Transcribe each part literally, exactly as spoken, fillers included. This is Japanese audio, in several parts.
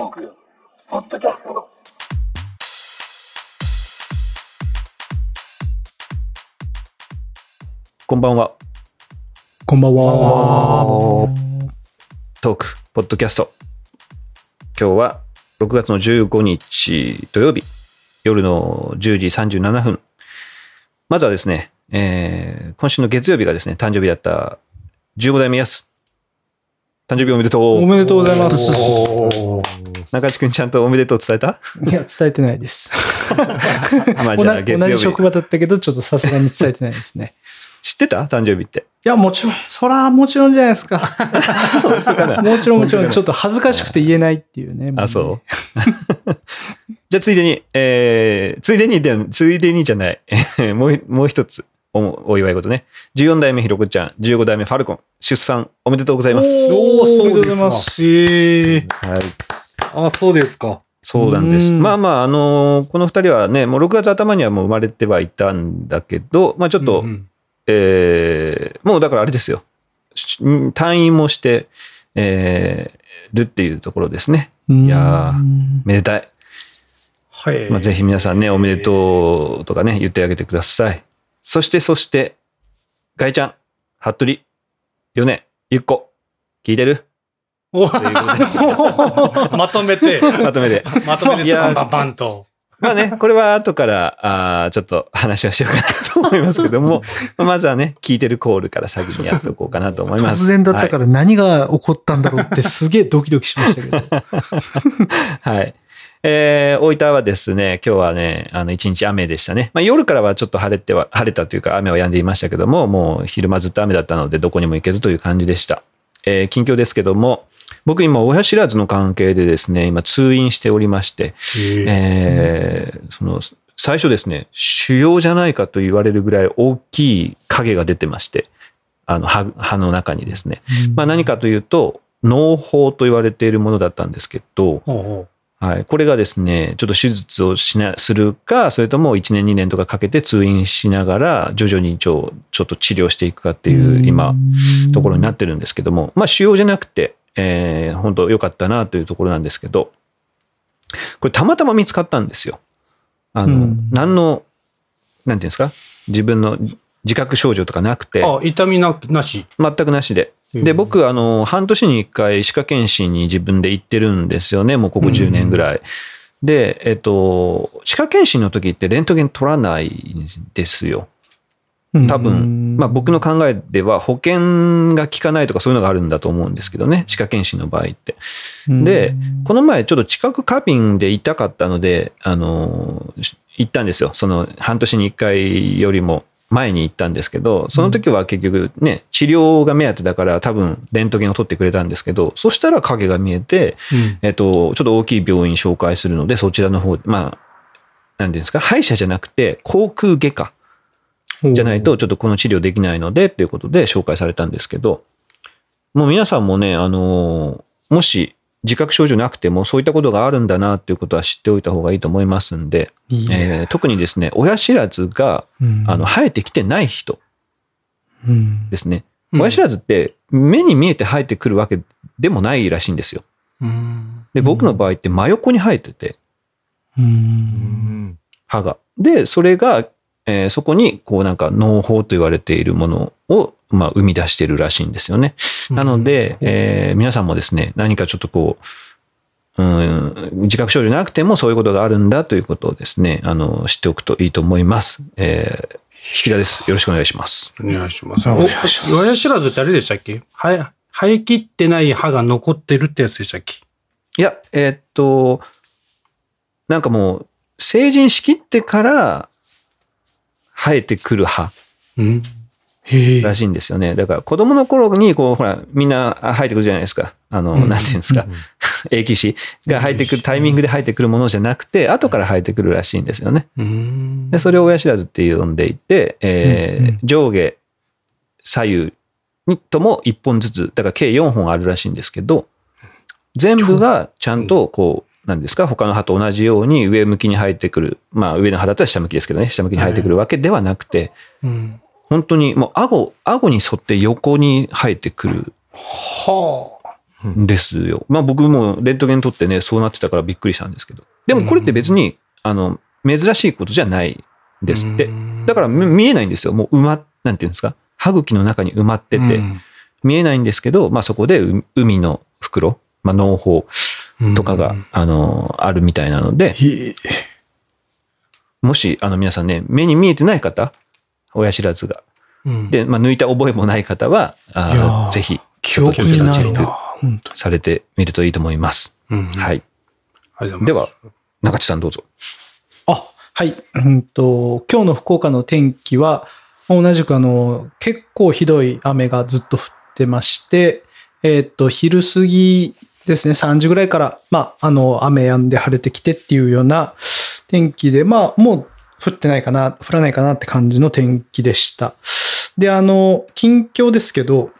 トークポッドキャスト。 こんばんは。 こんばんは。 トークポッドキャスト。今日はろくがつのじゅうごにち土曜日夜のじゅうじさんじゅうななふん。まずはですね、えー、今週の月曜日がですね誕生日だったじゅうご代目やす。誕生日おめでとう。 おめでとうございます。 中地くんちゃんとおめでとう伝えた？ いや、伝えてないです。 まあじゃあ月曜日。 同じ職場だったけど、ちょっとさすがに伝えてないですね。 知ってた？誕生日って。 いや、もちろん、そらもちろんじゃないですか。 本当かな？ もちろんもちろん、ちょっと恥ずかしくて言えないっていうね。 あ、そう。じゃあついでに、えー、ついでにでは、ついでにじゃない。もう、もう一つお、お祝い事ね。じゅうよん代目ひろこちゃん、じゅうご代目ファルコン、出産おめでとうございます。 おー、おめでとうございます。 えー、 はい。 あ、そうですか。 そうなんです。まあまあ、あのー、この二人はね、もうろくがつ頭にはもう生まれてはいたんだけど、まあちょっと、うんうん、えー、もうだからあれですよ。退院もして、えー、るっていうところですね。いやー、めでたい。はい。まあ、ぜひ皆さんね、おめでとうとかね、言ってあげてください。そして、そして、ガイちゃん、服部、ヨネ、ゆっこ、聞いてる？ おまとめて。 まとめて。 まとめて、バンバンバンと。 まあね、これは後から、あちょっと話をしようかなと思いますけども、まずはね、聞いてるコールから先にやっておこうかなと思います。 突然だったから何が起こったんだろうってすげえドキドキしましたけど。 はい。えー、大分はですね、今日はね、あの、一日雨でしたね。まあ、夜からはちょっと晴れては、晴れたというか雨は止んでいましたけども、もう昼間ずっと雨だったので、どこにも行けずという感じでした。えー、近況ですけども、僕今、親知らずの関係でですね、今通院しておりまして、えー、その、最初ですね、腫瘍じゃないかと言われるぐらい大きい影が出てまして、あの、歯、歯の中にですね。まあ何かというと、嚢胞と言われているものだったんですけど、 ほうほう、 はい。これがですね、ちょっと手術をしな、するか、それともいちねんにねんとかかけて通院しながら、徐々にちょ、ちょっと治療していくかっていう、今、ところになってるんですけども、まあ、腫瘍じゃなくて、えー、本当良かったなというところなんですけど、これたまたま見つかったんですよ。あの、何の、なんていうんですか、自分の自覚症状とかなくて。 あ、痛みな、なし。 全くなしで。で、僕、あの、半年に一回歯科検診に自分で行ってるんですよね。もうここじゅうねんぐらい。うん、で、えっと、歯科検診の時ってレントゲン取らないんですよ。多分、まあ僕の考えでは保険が効かないとかそういうのがあるんだと思うんですけどね。歯科検診の場合って。で、この前ちょっと知覚過敏で痛かったので、あの、行ったんですよ。その半年に一回よりも。前に行ったんですけど、その時は結局ね、治療が目当てだから多分レントゲンを取ってくれたんですけど、そしたら影が見えて、うん、えっと、ちょっと大きい病院紹介するので、そちらの方、まあ、なんていうんですか、歯医者じゃなくて、口腔外科じゃないとちょっとこの治療できないので、っていうことで紹介されたんですけど、もう皆さんもね、あの、もし、自覚症状なくてもそういったことがあるんだなっていうことは知っておいた方がいいと思いますんで、えー、特にですね、親知らずが、うん、あの生えてきてない人ですね、うん。親知らずって目に見えて生えてくるわけでもないらしいんですよ。うん、で、僕の場合って真横に生えてて、うん、歯が。で、それが、えー、そこにこうなんか嚢胞と言われているものをまあ生み出しているらしいんですよね。なので、えー、皆さんもですね、何かちょっとこう、うん、自覚症状なくてもそういうことがあるんだということをですね、あの、知っておくといいと思います。えー、引田です。よろしくお願いします。 お願いします。親知らずってあれでしたっけ？は生え切ってない歯が残ってるってやつでしたっけ？ いや、えー、っと、なんかもう、成人しきってから生えてくる歯。うんらしいんですよね。だから子供の頃にこうほらみんな生えてくるじゃないですか。あの、うん、なんていうんですか、うん、永久歯が生えてくるタイミングで生えてくるものじゃなくて後から生えてくるらしいんですよね。うん、でそれを親知らずって呼んでいて、えーうん、上下左右にともいっぽんずつだから計よんほんあるらしいんですけど、全部がちゃんとこうなんですか他の歯と同じように上向きに生えてくる、まあ上の歯だったら下向きですけどね、下向きに生えてくるわけではなくて。うん本当にもう顎、顎に沿って横に生えてくるですよ。まあ僕もレントゲン撮ってね、そうなってたからびっくりしたんですけど。でもこれって別に、あの、珍しいことじゃないですって。だから見えないんですよ。もう埋ま、なんていうんですか。歯茎の中に埋まってて、うん、見えないんですけど、まあそこで海の袋、まあ嚢胞とかが、うん、あの、あるみたいなので、もし、あの皆さんね、目に見えてない方、親知らずが。うん、で、まあ抜いた覚えもない方は、あぜひ、 記憶にないな。 されてみるといいと思います。うんうん、はい。では、中地さんどうぞ。 あ、はい。うんと、今日の福岡の天気は、同じくあの、結構ひどい雨がずっと降ってまして、えっと、昼過ぎですね、さんじぐらいから、まあ、あの、雨止んで晴れてきてっていうような天気で、まあ、もう降ってないかな、降らないかなって感じの天気でした。で、あの、近況ですけど、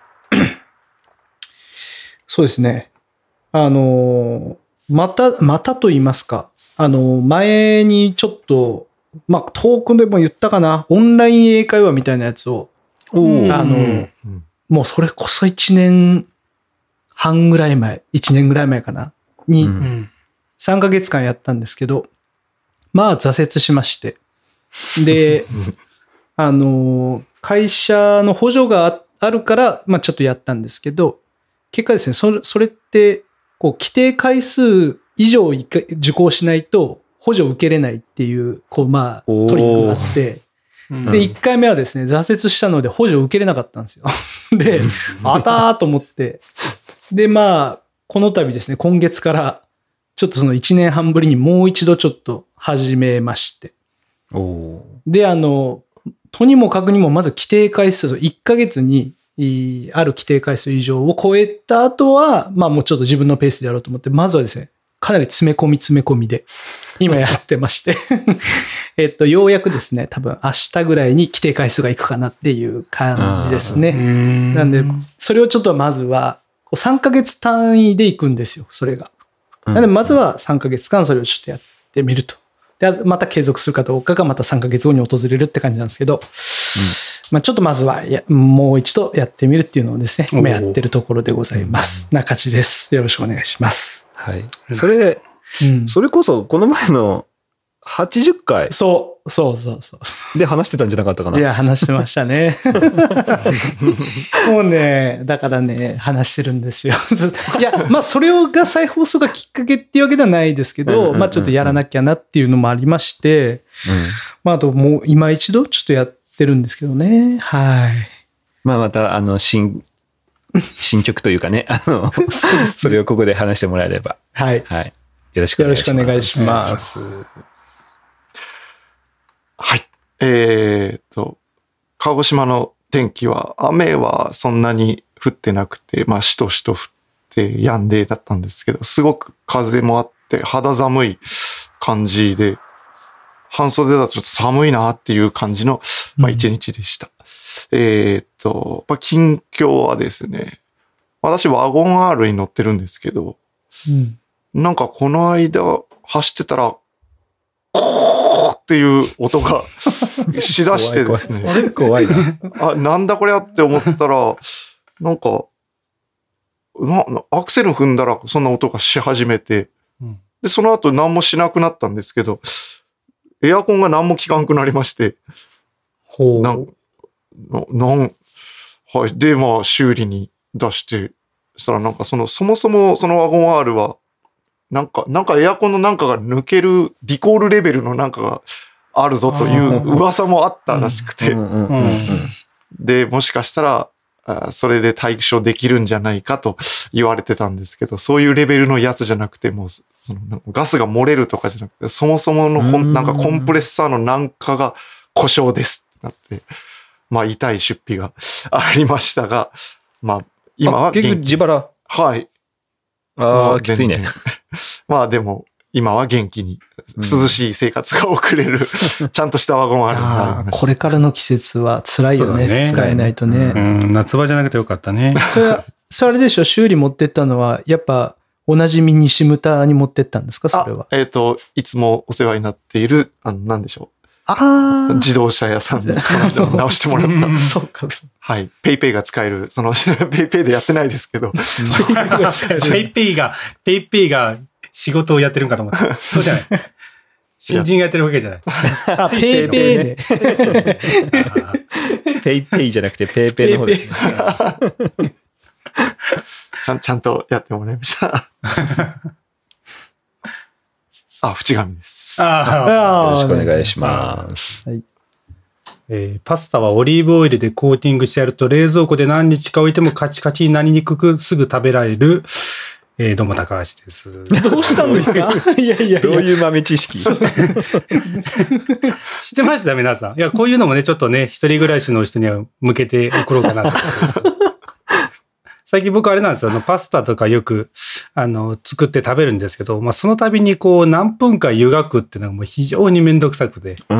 そうですね。あの、また、またと言いますか、あの、前にちょっと、まあ、遠くでも言ったかな、オンライン英会話みたいなやつを、あの、うん、もうそれこそいちねんはんぐらい前、いちねんぐらい前かな、に、さんかげつかんやったんですけど、まあ、挫折しまして。で、あの、会社の補助があるから、まあ、ちょっとやったんですけど、結果ですね、それ、それって、こう、規定回数以上受講しないと補助を受けれないっていう、こう、まあ、トリックがあって、で、いっかいめはですね、挫折したので補助を受けれなかったんですよ。で、あたーと思って、で、まあ、この度ですね、今月から、ちょっとそのいちねんはんぶりにもう一度ちょっと始めまして。で、あの、とにもかくにもまず規定回数、いっかげつに、ある規定回数以上を超えた後は、まあもうちょっと自分のペースでやろうと思って、まずはですね、かなり詰め込み詰め込みで、今やってまして、えっと、ようやくですね、多分明日ぐらいに規定回数がいくかなっていう感じですね。なんで、それをちょっとまずは、さんかげつ単位でいくんですよ、それが。なので、まずはさんかげつかんそれをちょっとやってみると。で、また継続するかどうかがまたさんかげつごに訪れるって感じなんですけど、うんまあ、ちょっとまずはやもう一度やってみるっていうのをですね、今やってるところでございます。中地です。よろしくお願いします。 はい。それ、うん、それこそこの前のはちじゅっかい。 そう、そうそうそう。 で話してたんじゃなかったかな。 いや、話してましたね。もうね、だからね、話してるんですよ。いや、まあ、それが再放送がきっかけっていうわけではないですけど、まあ、ちょっとやらなきゃなっていうのもありまして、うん、まあ、あともう今一度ちょっとやってるんですけどね。はい。 まあ、また、あの、新、進捗というかね、あの、そ, ね、それをここで話してもらえれば。 はい。 はい。よろしくお願いします。 よろしくお願いします。 はい。えー、っと、鹿児島の天気は、雨はそんなに降ってなくて、まあ、しとしと降って止んでだったんですけど、すごく風もあって肌寒い感じで、半袖だとちょっと寒いなっていう感じの、まあ、一日でした。うん、えー、っと、まあ、近況はですね、私ワゴン アール に乗ってるんですけど、うん、なんかこの間走ってたら、コーっていう音がしだしてですね。 怖いな。 あ、なんだこれやって思ったら、なんか、なアクセル踏んだらそんな音がし始めて、うん、で、その後何もしなくなったんですけど、エアコンが何も効かんくなりまして、 ほう。 なん、なん、はい。で、まあ、修理に出して、そしたらなんかその、そもそもそのワゴン アール は、なんか、なんかエアコンのなんかが抜ける、リコールレベルのなんかがあるぞという噂もあったらしくて。で、もしかしたら、それで対処できるんじゃないかと言われてたんですけど、そういうレベルのやつじゃなくて、もう、そのガスが漏れるとかじゃなくて、そもそものほんなんかコンプレッサーのなんかが故障ですってなって、まあ痛い出費がありましたが、まあ今は元気。 結局自腹。 はい。 ああ、きついね。 まあでも、今は元気に涼しい生活が送れる、うん、ちゃんとしたワゴンあるんだ。これからの季節は辛いよね。ね使えないとね、 うん。夏場じゃなくてよかったね。 それは、それあれでしょ、修理持ってったのは、やっぱ、おなじみ西牟田に持ってったんですか、それは。 えっ、ー、と、いつもお世話になっている、あの、なんでしょう。 ああ。 自動車屋さんで直してもらった。 そうか。 はい。ペイペイが使える、その、ペイペイでやってないですけど。 ペイペイが、ペイペイが仕事をやってるんかと思った。そうじゃない。新人がやってるわけじゃない。 あ、ペイペイね。 ペイペイじゃなくてペイペイの方ですね。 ちゃん、ちゃんとやってもらいました。あ、淵上です。 あよろしくお願いします。 はい。 えーパスタはオリーブオイルでコーティングしてやると冷蔵庫で何日か置いてもカチカチになりにくくすぐ食べられる、えーどうも高橋です。 どうしたんですか？いやいやいや。 どういう豆知識？ 知ってました皆さん。いや、こういうのもね、ちょっとね、一人暮らしの人には向けて送ろうかなと思ってます。最近僕あれなんですよ。あのパスタとかよく、あの、作って食べるんですけど、まあ、その度にこう、何分か湯がくっていうのがもう非常にめんどくさくて。 うん。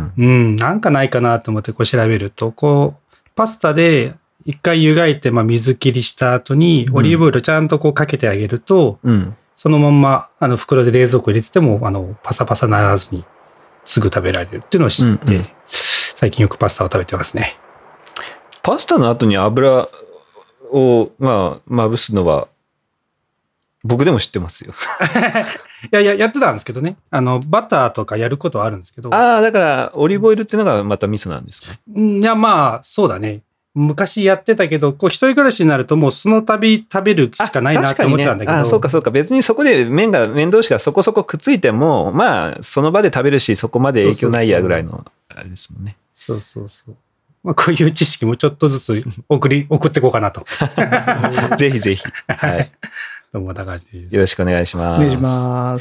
うん、なんかないかなと思ってこう調べると、こう、パスタで一回湯がいて、まあ、水切りした後に、オリーブオイルちゃんとこうかけてあげると、 うん。 そのまんま、あの、袋で冷蔵庫入れてても、あの、パサパサならずに、すぐ食べられるっていうのを知って、 うんうん最近よくパスタを食べてますね。 パスタの後に油を、まあ、まぶすのは、僕でも知ってますよ。 いやいや、やってたんですけどね。あの、バターとかやることはあるんですけど。 ああ、だから、オリーブオイルっていうのがまたミソなんですか？ うんいや、まあ、そうだね。昔やってたけど、こう、一人暮らしになるともうその度食べるしかないなって思ってたんだけど。 あ、ね、あそうかそうか。別にそこで麺が、麺同士がそこそこくっついても、まあ、その場で食べるし、そこまで影響ないやぐらいの、あれですもんね。 そうそうそう。まあ、こういう知識もちょっとずつ送り、送っていこうかなと。 ぜひぜひ。はい。 どうも、高橋です。 よろしくお願いします。 お願いします。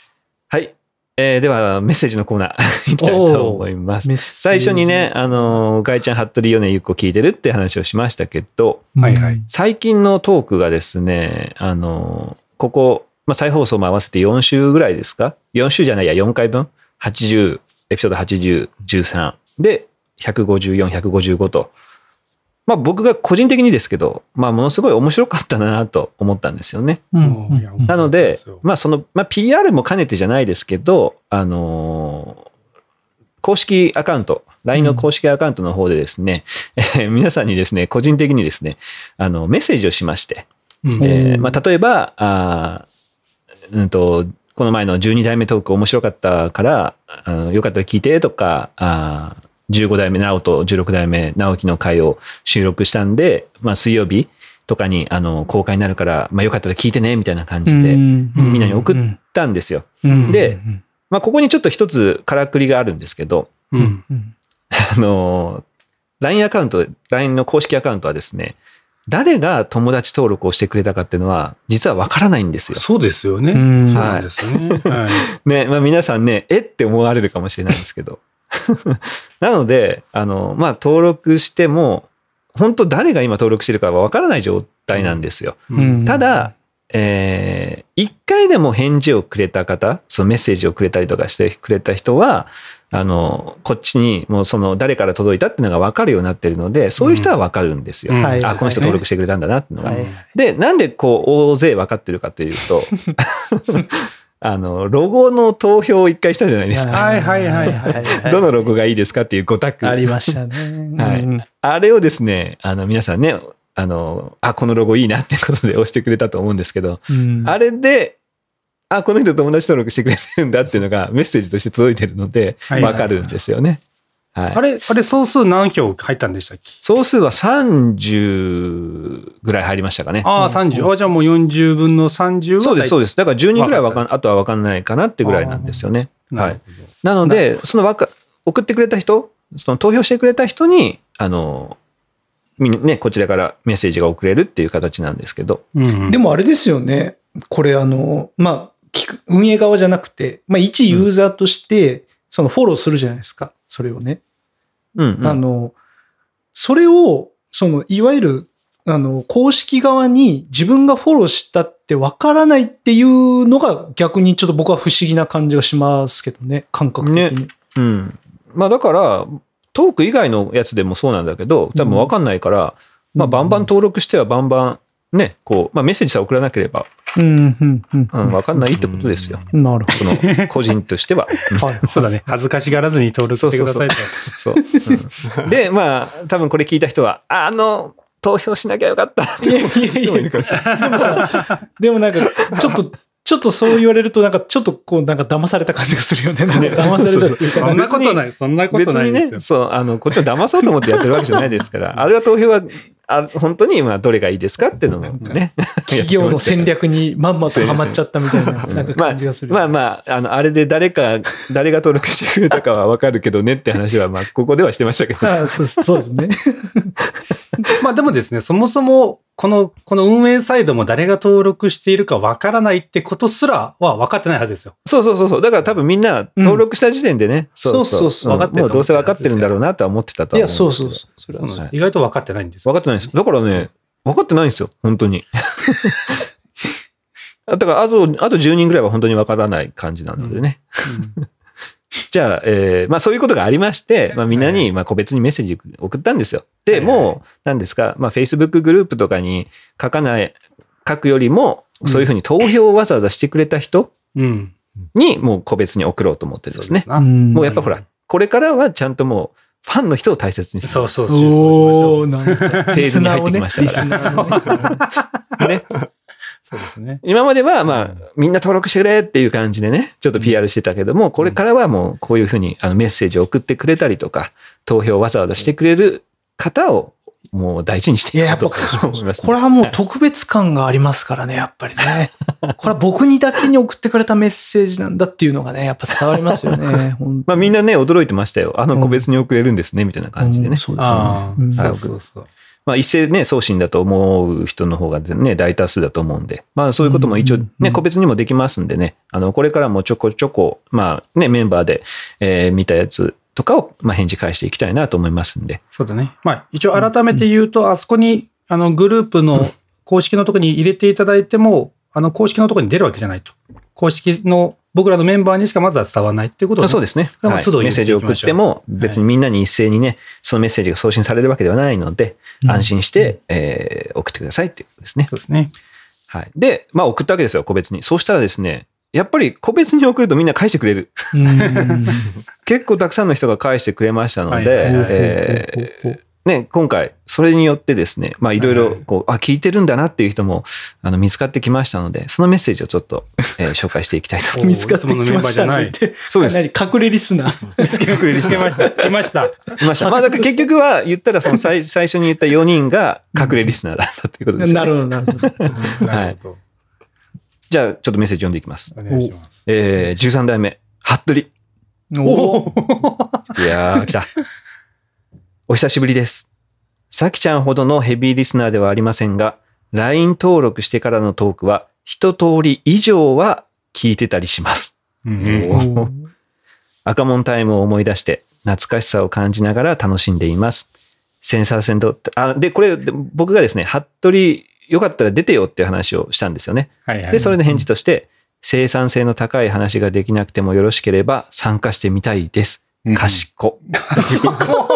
はい。えー、では、メッセージのコーナー、いきたいと思います。最初にね、あの、ガイちゃん、服部ヨネゆっこ聞いてるって話をしましたけど、 はいはい。 最近のトークがですね、あの、ここ、まあ、再放送も合わせてよん週ぐらいですか ?よん 週じゃないや、よんかいぶん ?はちじゅう、エピソードはちじゅう、じゅうさんで、ひゃくごじゅうよん、ひゃくごじゅうごと。まあ僕が個人的にですけど、まあものすごい面白かったなと思ったんですよね。 うんうん、 なので、まあその、まあ ピーアール も兼ねてじゃないですけど、あのー、公式アカウント、ライン の公式アカウントの方でですね、うん、えー、皆さんにですね、個人的にですね、あの、メッセージをしまして、うん、えー、まあ例えば、あうんと、この前のじゅうにだいめトーク面白かったから、あのよかったら聞いてとか、あじゅうごだいめ直人、じゅうろくだいめ直樹の回を収録したんで、まあ水曜日とかにあの公開になるから、まあよかったら聞いてね、みたいな感じで、みんなに送ったんですよ。で、まあここにちょっと一つからくりがあるんですけど、うん、あの、ライン アカウント、ライン の公式アカウントはですね、誰が友達登録をしてくれたかっていうのは、実はわからないんですよ。 そうですよね。そうなんですよね。はい、 ね、まあ皆さんね、えって思われるかもしれないんですけど。なので、あの、まあ登録しても、本当誰が今登録してるかはわからない状態なんですよ。うん、ただ、えー、一回でも返事をくれた方、そのメッセージをくれたりとかしてくれた人は、あの、こっちにもうその誰から届いたっていうのが分かるようになってるので、そういう人は分かるんですよ。うん、あ、この人登録してくれたんだなっていうのが。はい、で、なんでこう大勢分かってるかというと、あの、ロゴの投票を一回したじゃないですか。 はいはいはいはい。 どのロゴがいいですかっていうご択。 ありましたね。 はい。あれをですね、あの、皆さんね、あの、あ、このロゴいいなってことで押してくれたと思うんですけど、うん、あれで、あ、この人友達登録してくれてるんだっていうのがメッセージとして届いてるので、わかるんですよね。はい。 あれ、あれ総数何票入ったんでしたっけ？ 総数はさんじゅうぐらい入りましたかね。 ああ、さんじゅう。あ、じゃあもうよんじゅうぶんのさんじゅうはそうです、そうです。だからじゅうにんぐらいわかん、あとはわかんないかなってぐらいなんですよね。はい。なので、そのわか、送ってくれた人、その投票してくれた人に、あの、みんなね、こちらからメッセージが送れるっていう形なんですけど。 うん、でもあれですよね。これあの、まあ、聞く、運営側じゃなくて、まあ一ユーザーとして、そのフォローするじゃないですか。それをね。 うんうん、 あの、それを、その、いわゆる、あの、公式側に自分がフォローしたってわからないっていうのが逆にちょっと僕は不思議な感じがしますけどね。感覚的に。 ね、うん。まあだから、トーク以外のやつでもそうなんだけど、多分わかんないから、うん、まあバンバン登録してはバンバンね、こう、まあメッセージさえ送らなければ、 うんうんうんうん、わかんないってことですよ。 なるほその、個人としては。 ど。はい。 そうだね。恥ずかしがらずに登録してくださいと。 そう。うんで、まあ、多分これ聞いた人は、ああの、投票しなきゃよかったっていやいやいや、でもさ、でもなんか、ちょっと、ちょっとそう言われると、なんか、ちょっとこう、なんか騙された感じがするよね。なんか騙されたっていうか。 そんなことない、そんなことないですよ。 別にね、そう、あの、こっちを騙そうと思ってやってるわけじゃないですから、あれは投票は、あ本当に、まあ、どれがいいですかっていうのもね。 企業の戦略にまんまとハマっちゃったみたいな、なんか感じがする。 まあまあ、まあ、あの、あれで誰か、誰が登録してくれたかはわかるけどねって話は、まあ、ここではしてましたけど。 あそうそうですね。 まあでもですね、そもそも、この、この運営サイドも誰が登録しているかわからないってことすらは分かってないはずですよ。 そうそうそうそう。だから多分みんな登録した時点でね、 うん、そうそうそう。 分かってる。もうどうせ分かってるんだろうなとは思ってたと思うんですけど。いや、そうそうそう。 そうなんです。意外と分かってないんです。 分かってないです。だからね、分かってないんですよ。本当に。だからあと、あとじゅうにんぐらいは本当に分からない感じなのでね。うんうんじゃあ、えー、まあそういうことがありまして、まあみんなに、まあ個別にメッセージ送ったんですよ。で、もう、何ですか、まあ Facebook グループとかに書かない、書くよりも、そういうふうに投票をわざわざしてくれた人に、もう個別に送ろうと思ってですね。うん、もうやっぱほら、これからはちゃんともう、ファンの人を大切にする。 そうそうそう。 おー、なんか。フェーズに入ってきましたから。ね。 そうですね。 今までは、まあ、みんな登録してくれっていう感じでね、ちょっと ピーアール してたけども、これからはもうこういうふうにあのメッセージを送ってくれたりとか、投票をわざわざしてくれる方をもう大事にしていこうと思います、ね。 これはもう特別感がありますからね、やっぱりね。これは僕にだけに送ってくれたメッセージなんだっていうのがね、やっぱ伝わりますよね。 まあみんなね、驚いてましたよ。あの個別に送れるんですね、みたいな感じでね。 そうですね。 そうそうそう。 まあ一斉ね、送信だと思う人の方がね、大多数だと思うんで、まあそういうことも一応ね、個別にもできますんでね、あの、これからもちょこちょこ、まあね、メンバーで、えー、見たやつとかを、まあ返事返していきたいなと思いますんで。 そうだね。まあ一応改めて言うと、あそこに、あの、グループの公式のところに入れていただいても、あの、公式のところに出るわけじゃないと。公式の僕らのメンバーにしかまずは伝わらないっていうことを、ね、 そうですね。はい、メッセージを送っても別にみんなに一斉にね、そのメッセージが送信されるわけではないので、うん、安心して、えー、送ってくださいっていうことですね。 そうですね。 はい。で、まあ送ったわけですよ、個別に。そうしたらですね、やっぱり個別に送るとみんな返してくれる。うん結構たくさんの人が返してくれましたので、ね、今回、それによってですね、まあいろいろ、こう、あ、聞いてるんだなっていう人も、あの、見つかってきましたので、そのメッセージをちょっと、えー、紹介していきたいと。 見つかってきましたねって。 そうです。 隠れリスナー。 見つけ、隠れリスナー。いました。いました。 いました。まあだから結局は、言ったらその最最初に言ったよにんが隠れリスナーだったということですね。 なるほど、なるほど。 はい。じゃあ、ちょっとメッセージ読んでいきます。 お願いします。 えー、じゅうさん代目、服部。 おいやー、来た。お久しぶりです。さきちゃんほどのヘビーリスナーではありませんが、ライン 登録してからのトークは、一通り以上は聞いてたりします。うん、赤門タイムを思い出して、懐かしさを感じながら楽しんでいます。センサー戦と、あ、で、これ、僕がですね、服部、よかったら出てよって話をしたんですよね。はいはい、で、それの返事として、生産性の高い話ができなくてもよろしければ参加してみたいです。かしこ。 懐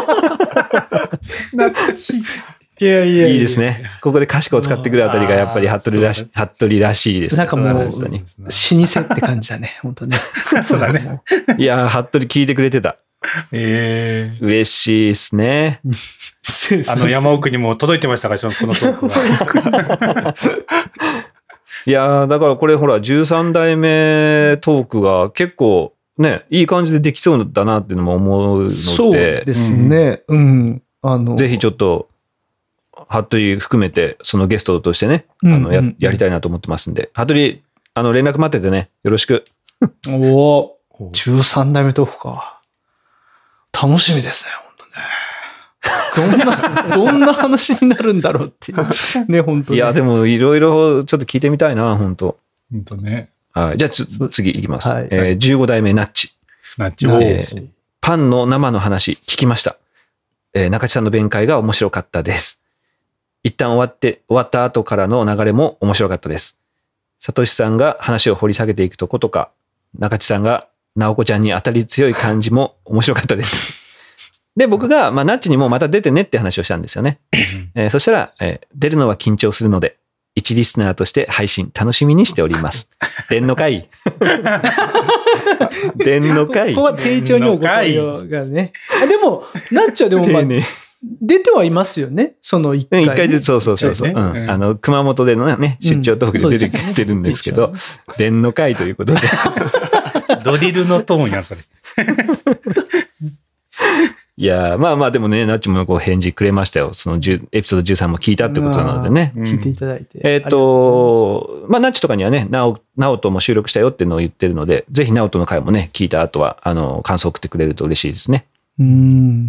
かしい。 いやいやいいですね。ここでかしこを使ってくるあたりがやっぱり服部らし、服部らしいです。 なんかもう、老舗って感じだね。本当ね。 そうだね。 いやー、服部聞いてくれてた。 えー、嬉しいですね。 あの山奥にも届いてましたか、このトークは。 いやー、だからこれほら、じゅうさん代目トークが結構、ね、いい感じでできそうだなっていうのも思うので。 そうですね。うん。あの、 ぜひちょっと、服部含めて、そのゲストとしてね、あの、や、やりたいなと思ってますんで。服部、あの、連絡待っててね、よろしく。 おお、じゅうさん代目トークか。楽しみですね、本当ね。どんな、どんな話になるんだろうっていう。ね、本当に。 いや、でも、いろいろちょっと聞いてみたいな、本当本当ね。 はい。じゃあ、次いきます。はい、えー、じゅうご代目ナッチ。 ナッチ、 えー、パンの生の話聞きました。えー、中地さんの弁解が面白かったです。一旦終わって、終わった後からの流れも面白かったです。サトシさんが話を掘り下げていくとことか、中地さんが直子ちゃんに当たり強い感じも面白かったです。で、僕が、まあ、ナッチにもまた出てねって話をしたんですよね。えー、そしたら、えー、出るのは緊張するので、 一リスナーとして配信楽しみにしております。でんのかいでんのかいここは丁重にお答えがね。あでも、なっちゃんでもまあ、出てはいますよね。その一回、ね。 一回で、そうそうそうそう、ねうん。あの、熊本でのね、出張トークで出てきてるんですけど、でんのかいということで。 ドリルのトーンや、それ。 いやまあまあでもね、ナッチもこう返事くれましたよ。そのエピソードじゅうさんも聞いたってことなのでね。 聞いていただいて。 えっと、まあナッチとかにはね、ナオ、ナオトも収録したよっていうのを言ってるので、ぜひナオトの回もね、聞いた後は、あの、感想を送ってくれると嬉しいですね。 うん。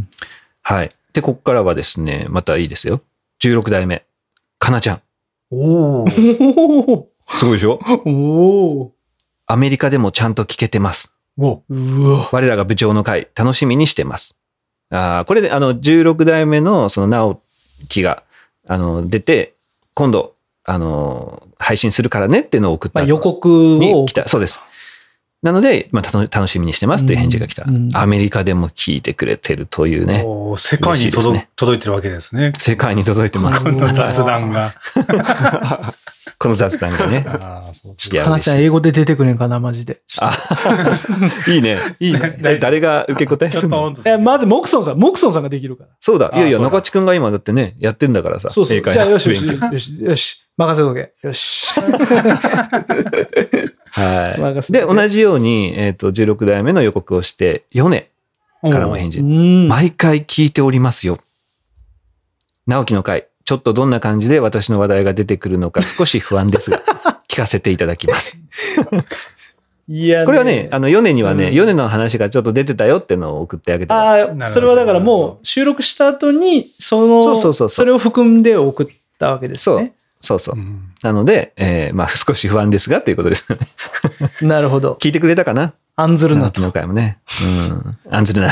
はい。で、ここからはですね、またいいですよ。じゅうろく代目、かなちゃん。 おお。 すごいでしょおお。 アメリカでもちゃんと聞けてます。 おうわ。 我らが部長の回、楽しみにしてます。あこれで、あの、じゅうろく代目の、その、直樹が、あの、出て、今度、あの、配信するからねっていうのを送った。 まあ、予告を。 来た。そうです。なので、まあ、楽しみにしてますという返事が来た。うんうん、アメリカでも聞いてくれてるというね。 お世界に届、ね、届いてるわけですね。 世界に届いてます。 この雑談が。 この雑談がね。 ああ、そう。ちょっとかなちゃん英語で出てくれんかな、マジで。 あいいね。 いいね。 誰が受け答えするのえ、まず、モクソンさん、モクソンさんができるから。 そうだ。いやいや、中地くんが今だってね、やってんだからさ。 そうそう。じゃあ、よしよし、よし、よし。任せとけ。よし。 はい。で、同じように、えっと、じゅうろく代目の予告をして、ヨネからも返事。毎回聞いておりますよ。直樹の回。ちょっとどんな感じで私の話題が出てくるのか少し不安ですが、聞かせていただきます。 いやね、 これはね、あの、ヨネにはね、うん、ヨネの話がちょっと出てたよっていうのを送ってあげてああ、それはだからもう収録した後に、その、 そうそうそうそう、 それを含んで送ったわけですね。 そうそうそう。うん、なので、えー、まあ少し不安ですがっていうことですね。 なるほど。 聞いてくれたかな？ 案ずるなと。 の回もね。うん。案ずるな。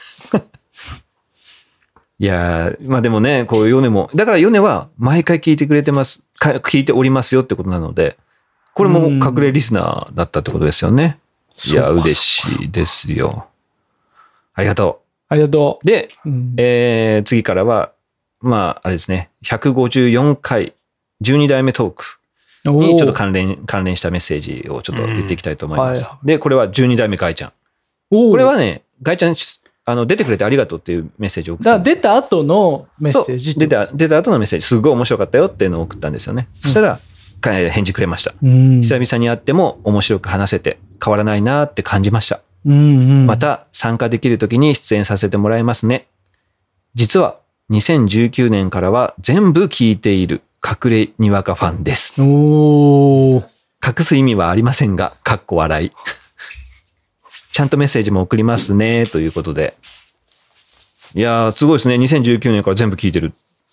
いやー、まあでもね、こう、ヨネも、だからヨネは毎回聞いてくれてます、聞いておりますよってことなので、これも隠れリスナーだったってことですよね。いや、嬉しいですよ。ありがとう。 ありがとう。で、うん、えー、次からは、まあ、あれですね、ひゃくごじゅうよん回、じゅうに代目トークにちょっと関連、関連したメッセージをちょっと言っていきたいと思います。うんはい、で、これはじゅうに代目ガイちゃん。これはね、ガイちゃん、あの、出てくれてありがとうっていうメッセージを送った。 だから出た後のメッセージ出た、出た後のメッセージ、すごい面白かったよっていうのを送ったんですよね。うん、そしたら、返事くれました。うん、久々に会っても面白く話せて変わらないなって感じました。うんうん、また参加できる時に出演させてもらいますね。実はにせんじゅうきゅうねんからは全部聞いている隠れにわかファンです。お隠す意味はありませんが、かっこ笑い。ちゃんとメッセージも送りますねということで。いやーすごいですね。にせんじゅうきゅうねんから全部聞いてる。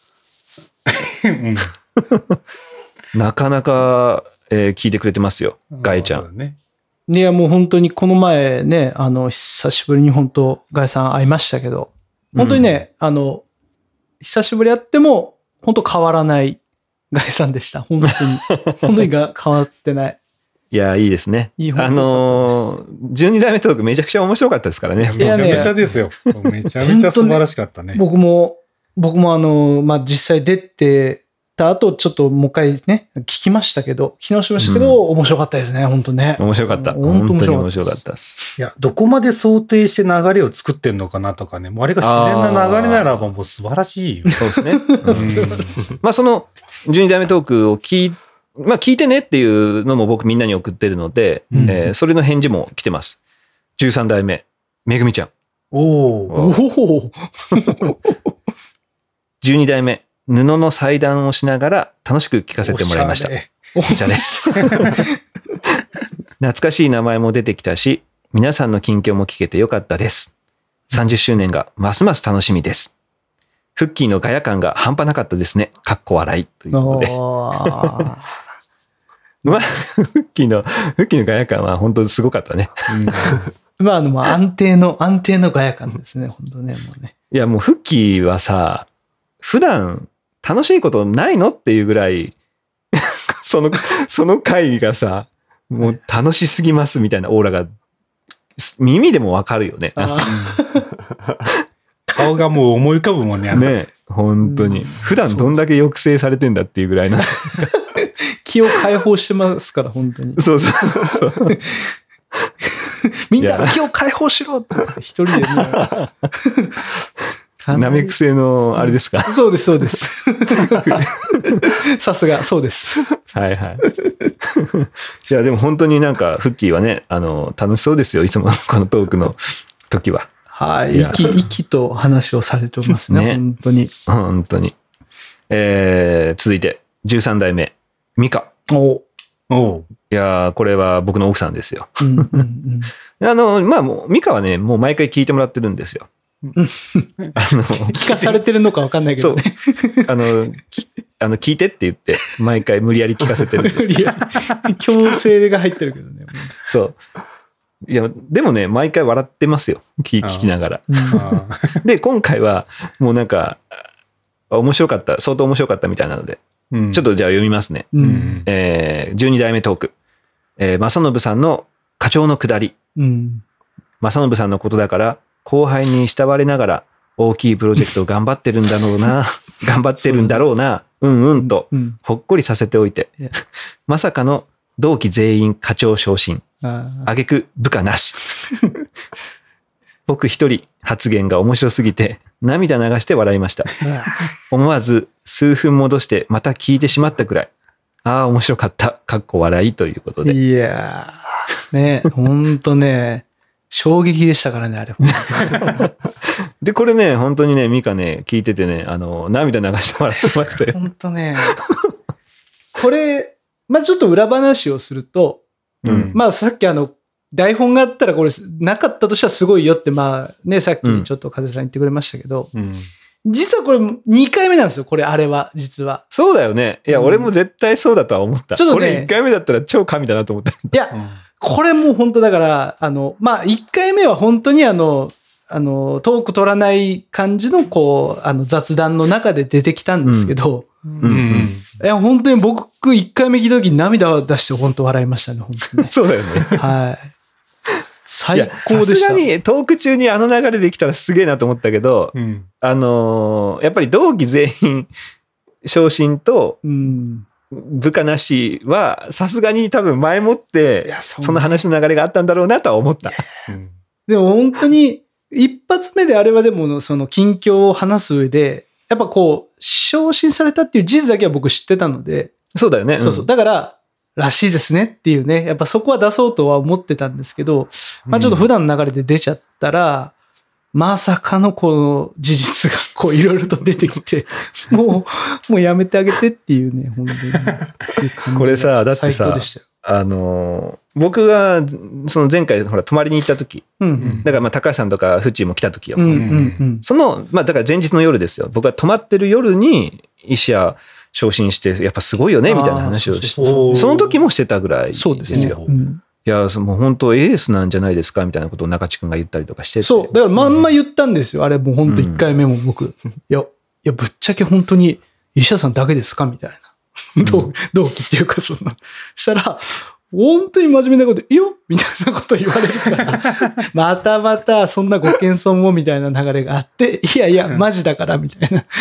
なかなか、えー、聞いてくれてますよ。ガイちゃん。 ね、いやもう本当にこの前ね、あの久しぶりに本当ガイさん会いましたけど、本当にね、うん、あの久しぶりやっても本当変わらないガイさんでした。本当に本当にが変わってない。 いやいいですね。いいあのー、じゅうに代目トークめちゃくちゃ面白かったですからね。 めちゃめちゃですよ。めちゃめちゃ素晴らしかったね。 ね僕も僕もあのまあ実際出てた後ちょっともう一回ね聞きましたけど聞き直しましたけど、うん、面白かったですね本当ね。 面白かった。本当に面白かった。 いやどこまで想定して流れを作ってんのかなとかね、もうあれが自然な流れならばもう素晴らしいよ。 そうですね。うん、まあそのじゅうに代目トークを聞いまあ聞いてねっていうのも僕みんなに送ってるので、うんえー、それの返事も来てます。じゅうさん代目めぐみちゃん。 おお。おじゅうに代目布の裁断をしながら楽しく聞かせてもらいました。おしゃれ。懐かしい名前も出てきたし、皆さんの近況も聞けてよかったです。さんじゅっしゅうねんがますます楽しみです。フッキーのガヤ感が半端なかったですね。かっこ笑い。ということで。まあ、フッキーの、フッキーのガヤ感は本当にすごかったね。 うん、まあ、あの、安定の、安定のガヤ感ですね。本当ね、もうね。 いや、もうフッキーはさ、普段楽しいことないのっていうぐらい、その、その回がさ、もう楽しすぎますみたいなオーラが、耳でもわかるよね。 顔がもう思い浮かぶもんね。 ね、本当に。 うん、 普段どんだけ抑制されてんだっていうぐらいな。 気を解放してますから、本当に。 そうそうそう。 みんな気を解放しろって一人でね。 ナメック星のあれですか？ そうです、そうです。さすが、そうです。 はいはい。いや、でも本当になんか、フッキーはね、あの、楽しそうですよ。いつもこのトークの時は。 はい。生き生きと話をされておりますね。ね、本当に。 本当に。えー、続いて、じゅうさん代目、ミカ。 おおいやー、これは僕の奥さんですよ。 うんうんうん、 あの、まあ、もう、ミカはね、もう毎回聞いてもらってるんですよ。あの聞かされてるのか分かんないけどね。 そうあの、あの聞いてって言って、毎回無理やり聞かせてるんです。無理やり。強制が入ってるけどね。 そう。いや、でもね、毎回笑ってますよ。聞, 聞きながら。で、今回は、もうなんか、面白かった、相当面白かったみたいなので、うん、ちょっとじゃあ読みますね。うんえー、じゅうに代目トーク。えー、正信さんの課長の下り。うん、正信さんのことだから、後輩に慕われながら大きいプロジェクトを頑張ってるんだろうな、頑張ってるんだろうな、うんうんとほっこりさせておいて、まさかの同期全員課長昇進、挙句部下なし。僕一人発言が面白すぎて涙流して笑いました。思わず数分戻してまた聞いてしまったくらい、ああ面白かった、かっこ笑いということで。 いやー、ね、ほんとね。衝撃でしたからね、あれ。 で、これね、本当にね、ミカね、聞いててね、あの、涙流してもらってましたよ。 本当ね。これ、まあちょっと裏話をすると、うん、まあさっきあの、台本があったらこれなかったとしたらすごいよって、まあね、さっきちょっと風さん言ってくれましたけど、うん、実はこれにかいめなんですよ、これあれは、実は。 そうだよね。いや、うん、俺も絶対そうだとは思った。ちょっとね、これいっかいめだったら超神だなと思った。 いや、うんこれもう本当だから、あの、まあ、一回目は本当にあの、あの、トーク取らない感じの、こう、あの、雑談の中で出てきたんですけど、うんうんうん、いや、本当に僕、一回目聞いた時に涙を出して本当笑いましたね、本当に、ね。 そうだよね。 はい。最高でした。 さすがにトーク中にあの流れできたらすげえなと思ったけど、うん、あのー、やっぱり同期全員昇進と、うん部下なしはさすがに多分前もってその話の流れがあったんだろうなとは思った。 うん、でも本当に一発目であれはでもその近況を話す上でやっぱこう昇進されたっていう事実だけは僕知ってたので。 そうだよね。うん、 そうそう。だかららしいですねっていうね。やっぱそこは出そうとは思ってたんですけど、まあちょっと普段の流れで出ちゃったら、うん、まさかのこの事実がこういろいろと出てきて、もう、もうやめてあげてっていうね、本当に、ね。 これさ、だってさ、あの、僕が、その前回、ほら、泊まりに行った時、うんうん、だからまあ、高橋さんとか、フッチーも来た時よ。うんうんうん、その、まあ、だから前日の夜ですよ。僕が泊まってる夜に、医者昇進して、やっぱすごいよね、みたいな話をして、その時もしてたぐらいですよ。そうですね。うんいや、もう本当エースなんじゃないですかみたいなことを中地君が言ったりとかしてて。 そう。だからまんま言ったんですよ。あれもう本当いっかいめも僕。うん、いや、いや、ぶっちゃけ本当に医者さんだけですかみたいな。同、うん、同期っていうかそんな。したら、本当に真面目なこと、いいよみたいなこと言われるから、またまたそんなご謙遜もみたいな流れがあって、いやいや、マジだからみたいな。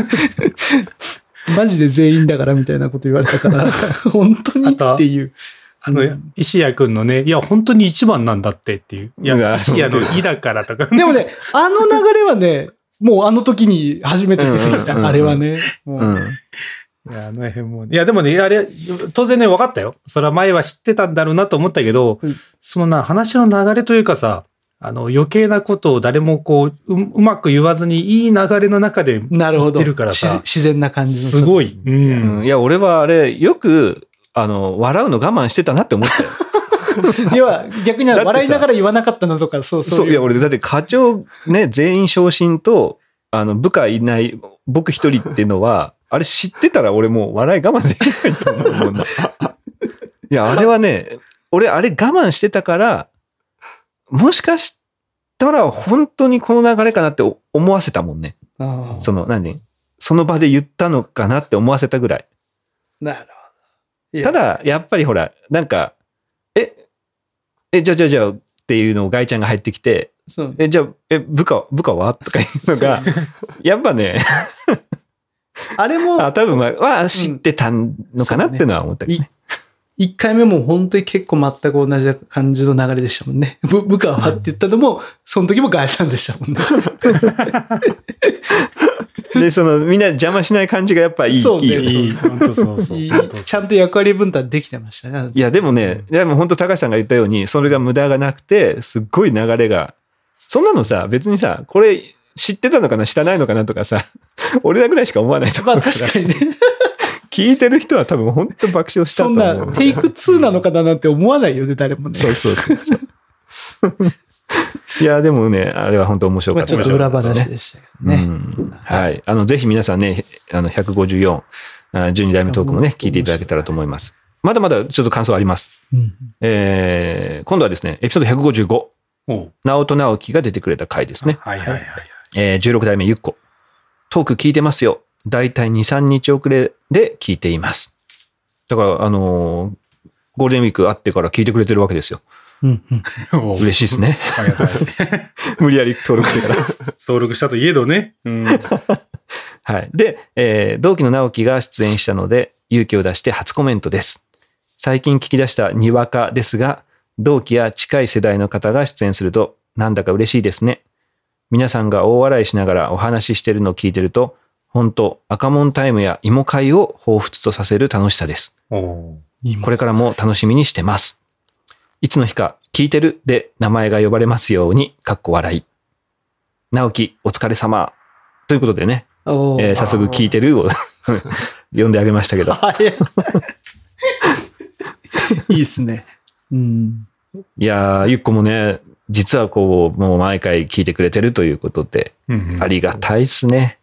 マジで全員だからみたいなこと言われたから、本当にっていう。 あの、石谷くんのね、いや、本当に一番なんだってっていう。いや、石谷の「い」だからとか。 でもね、あの流れはね、もうあの時に初めて出てきた、あれはね。もううん、 いや、あの辺も。いや、でもね、あれ、当然ね、分かったよ。それは前は知ってたんだろうなと思ったけど、うん、そのな、話の流れというかさ、あの、余計なことを誰もこう、う、うまく言わずにいい流れの中で言ってるからさ。 自然な感じの。 すごい。 うん。いや、俺はあれ、よく、あの、笑うの我慢してたなって思ったよ。 いや、逆に笑いながら言わなかったなとか、そうそう。 そう、いや、俺、だって課長ね、全員昇進と、あの、部下いない、僕一人っていうのは、あれ知ってたら俺もう笑い我慢できないと思うんだ。いや、あれはね、俺、あれ我慢してたから、もしかしたら本当にこの流れかなって思わせたもんね。あその、何その場で言ったのかなって思わせたぐらい。 なるほど。 ただ、やっぱりほら、なんか、え、え、じゃあじゃあじゃあ、 っていうのをガイちゃんが入ってきて、 そうえ、じゃあ、え、部下、部下はとかいうのが、やっぱね、 あれも、 あ、多分まあ、は知ってたのかなっていうのは思ったけどね。 いっかいめも本当に結構全く同じ感じの流れでしたもんね。部部下はって言ったのも、その時もガイさんでしたもんね。 で、その、みんな邪魔しない感じがやっぱいい。 そうねいいよね。 いい、本当そうそう。 いいちゃんと役割分担できてましたね。 いや、でもね、でも本当高橋さんが言ったように、それが無駄がなくて、すっごい流れが、そんなのさ、別にさ、これ知ってたのかな、知らないのかなとかさ、俺らぐらいしか思わないと思まあうから。 確かにね。 聞いてる人は多分本当爆笑したとそん思う。 なテイクツーなのかななんて思わないよね、誰もね。 そうそうそうそう。いや、でもね、あれは本当面白かった。 まあちょっと裏話でしたけどね。 うんはい。あの、ぜひ皆さんね、あの、ひゃくごじゅうよん、あじゅうに代目トークもね、聞いていただけたらと思います。まだまだちょっと感想あります。 うんえー、今度はですね、エピソードひゃくごじゅうご、 おう直人直樹が出てくれた回ですね。 はいはいはい。 えー、じゅうろく代目ゆっこ。トーク聞いてますよ。だいたいに、さんにち遅れで聞いています。だから、あのーゴールデンウィークあってから聞いてくれてるわけですよ。 うんうんおう嬉しいですね。 ありがたい。 無理やり登録してから。 登録したといえどね。うん。 はい。で、えー同期の直樹が出演したので、勇気を出して初コメントです。最近聞き出したにわかですが、同期や近い世代の方が出演すると、なんだか嬉しいですね。皆さんが大笑いしながらお話ししてるのを聞いてると、本当赤門タイムや芋会を彷彿とさせる楽しさです。 おうこれからも楽しみにしてます。いつの日か聞いてるで名前が呼ばれますように、かっこ笑い。直樹お疲れ様。ということでね、 おーえー早速聞いてるを読んであげましたけど。 はいいいですね。うん。 いやー、ゆっこもね、実はこう、もう毎回聞いてくれてるということで、 うんうんありがたいっすね。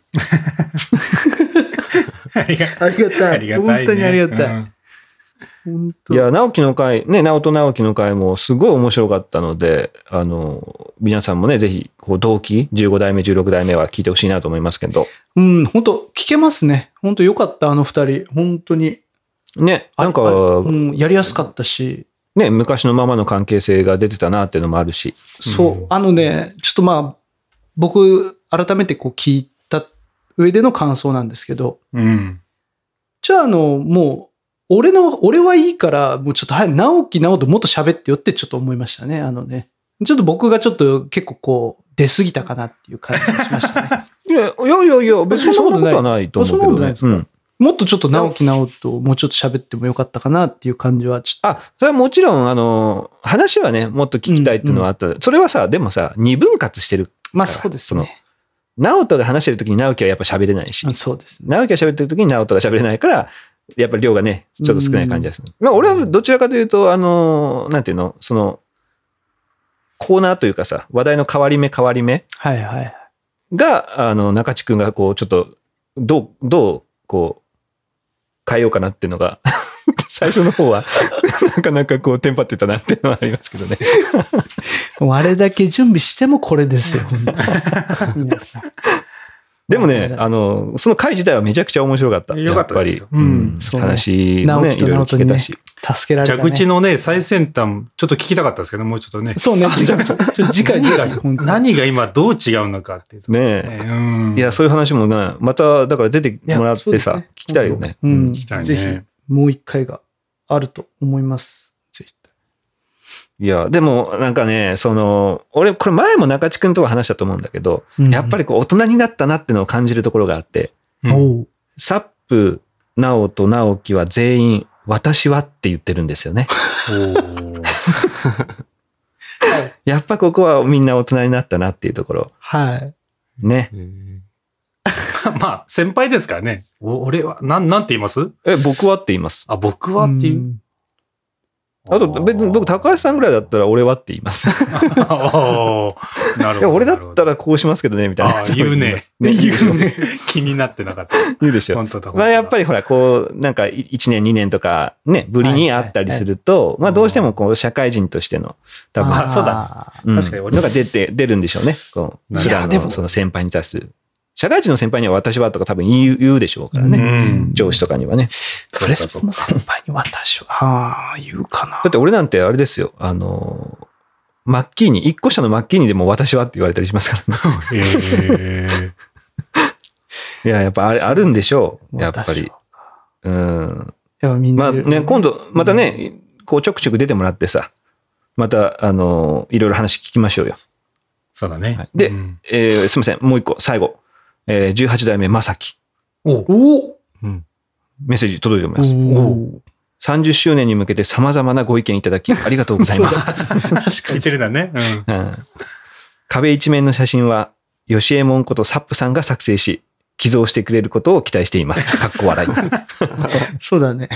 ありがありがたい。 ありがたいね。 本当にありがたい。 うん本当いや、直樹の回、ね、直人直樹の回もすごい面白かったので、あの、皆さんもね、ぜひ、こう、同期、じゅうご代目、じゅうろく代目は聞いてほしいなと思いますけど、 うん、本当聞けますね。本当よかった、あの二人。本当に。 ね、なんか、 あうん、やりやすかったし。 ね、昔のままの関係性が出てたなっていうのもあるし、 そう、 うんあのね、ちょっとまあ、僕、改めてこう聞いた上での感想なんですけど、 うん。 じゃあ、あの、もう、俺の、俺はいいから、もうちょっと、はい、直樹直人もっと喋ってよってちょっと思いましたね。あのね。ちょっと僕がちょっと結構こう、出過ぎたかなっていう感じがしましたね。 いや、いやいやいや、別にそんなことはないと思うけそんなことどね。 ないですかもっとちょっと直樹直人もうちょっと喋ってもよかったかなっていう感じはちょっあ、それはもちろん、あの、話はね、もっと聞きたいっていうのはあった。それはさ、でもさ、二分割してる。 と。まあそうですね。 直人が話してる時に直樹はやっぱ喋れないし、 うんそうですね。 直樹が喋ってる時に直人が喋れないから、やっぱり量がね、ちょっと少ない感じです。まあ、俺はどちらかというと、あの、なんていうの、その、コーナーというかさ、話題の変わり目変わり目はいはい。 が、あの、中地くんがこう、ちょっと、どう、どう、こう、変えようかなっていうのが、最初の方は、なかなかこう、テンパってたなっていうのはありますけどね。 もうあれだけ準備してもこれですよ。本当皆さん。 でもね、あの、その回自体はめちゃくちゃ面白かった。 よかったですよやっぱり。うんそうね話もね、 直樹といろいろ直人にね聞けたし。 助けられた、ね。 蛇口のね、最先端、ちょっと聞きたかったですけど、もうちょっとね。 そうね。ちょっと次回、次回。本当に何が今どう違うのかっていうと。 ねえ。 ねうん。 いや、そういう話もね、また、だから出てもらってさ、 いやそうですね聞きたいよね。 うん。 聞きたいねぜひ、もう一回があると思います。ぜひ。 いや、でも、なんかね、その、俺、これ前も中地君とは話したと思うんだけど、 うんやっぱりこう、大人になったなってのを感じるところがあって、 うんおうサップ、直人、直樹は全員、私はって言ってるんですよね。 おーやっぱここはみんな大人になったなっていうところ。 はい。 ね。 まあ、先輩ですからね。お俺は、なん、なんて言いますえ、僕はって言います。 あ、僕はっていう。 んあと、別に僕、高橋さんぐらいだったら俺はって言います。いおーなるほど。 や、俺だったら。 らこうしますけどね、みたいな。 あー言うねね、言うね。 気になってなかった。 言うでしょ。 本当だ。 まあやっぱり。 りほら、こう、なんかいちねん、にねんとかね、ぶりに会ったりすると、まあどうしてもこう、社会人としての、多分、 あそうだうん確かに俺のが出て、出るんでしょうね。こう、 いや普段でものその先輩に対する。社会人の先輩には私はとか多分言う言うでしょうからね。 うん。 上司とかにはね。 プレステの先輩に私は、ああ、言うかな。 だって俺なんてあれですよ。あの、 マッキーニ、一個下のマッキーニでも私はって言われたりしますからね。 えーいや、やっぱあれあるんでしょう。やっぱり。 私はうん。 いやみんなまあね、今度、またね、こうちょくちょく出てもらってさ、また、あの、いろいろ話聞きましょうよ。 そうだね。 はいで、 うんえーすみません、もう一個、最後。えーじゅうはち代目まさき。 おおメッセージ届いております。 おさんじゅっしゅうねんに向けて様々なご意見いただき、ありがとうございます。 聞いてるんだね。うんうん壁一面の写真は、吉右衛門ことサップさんが作成し、寄贈してくれることを期待しています。かっこ笑い。 そうだね。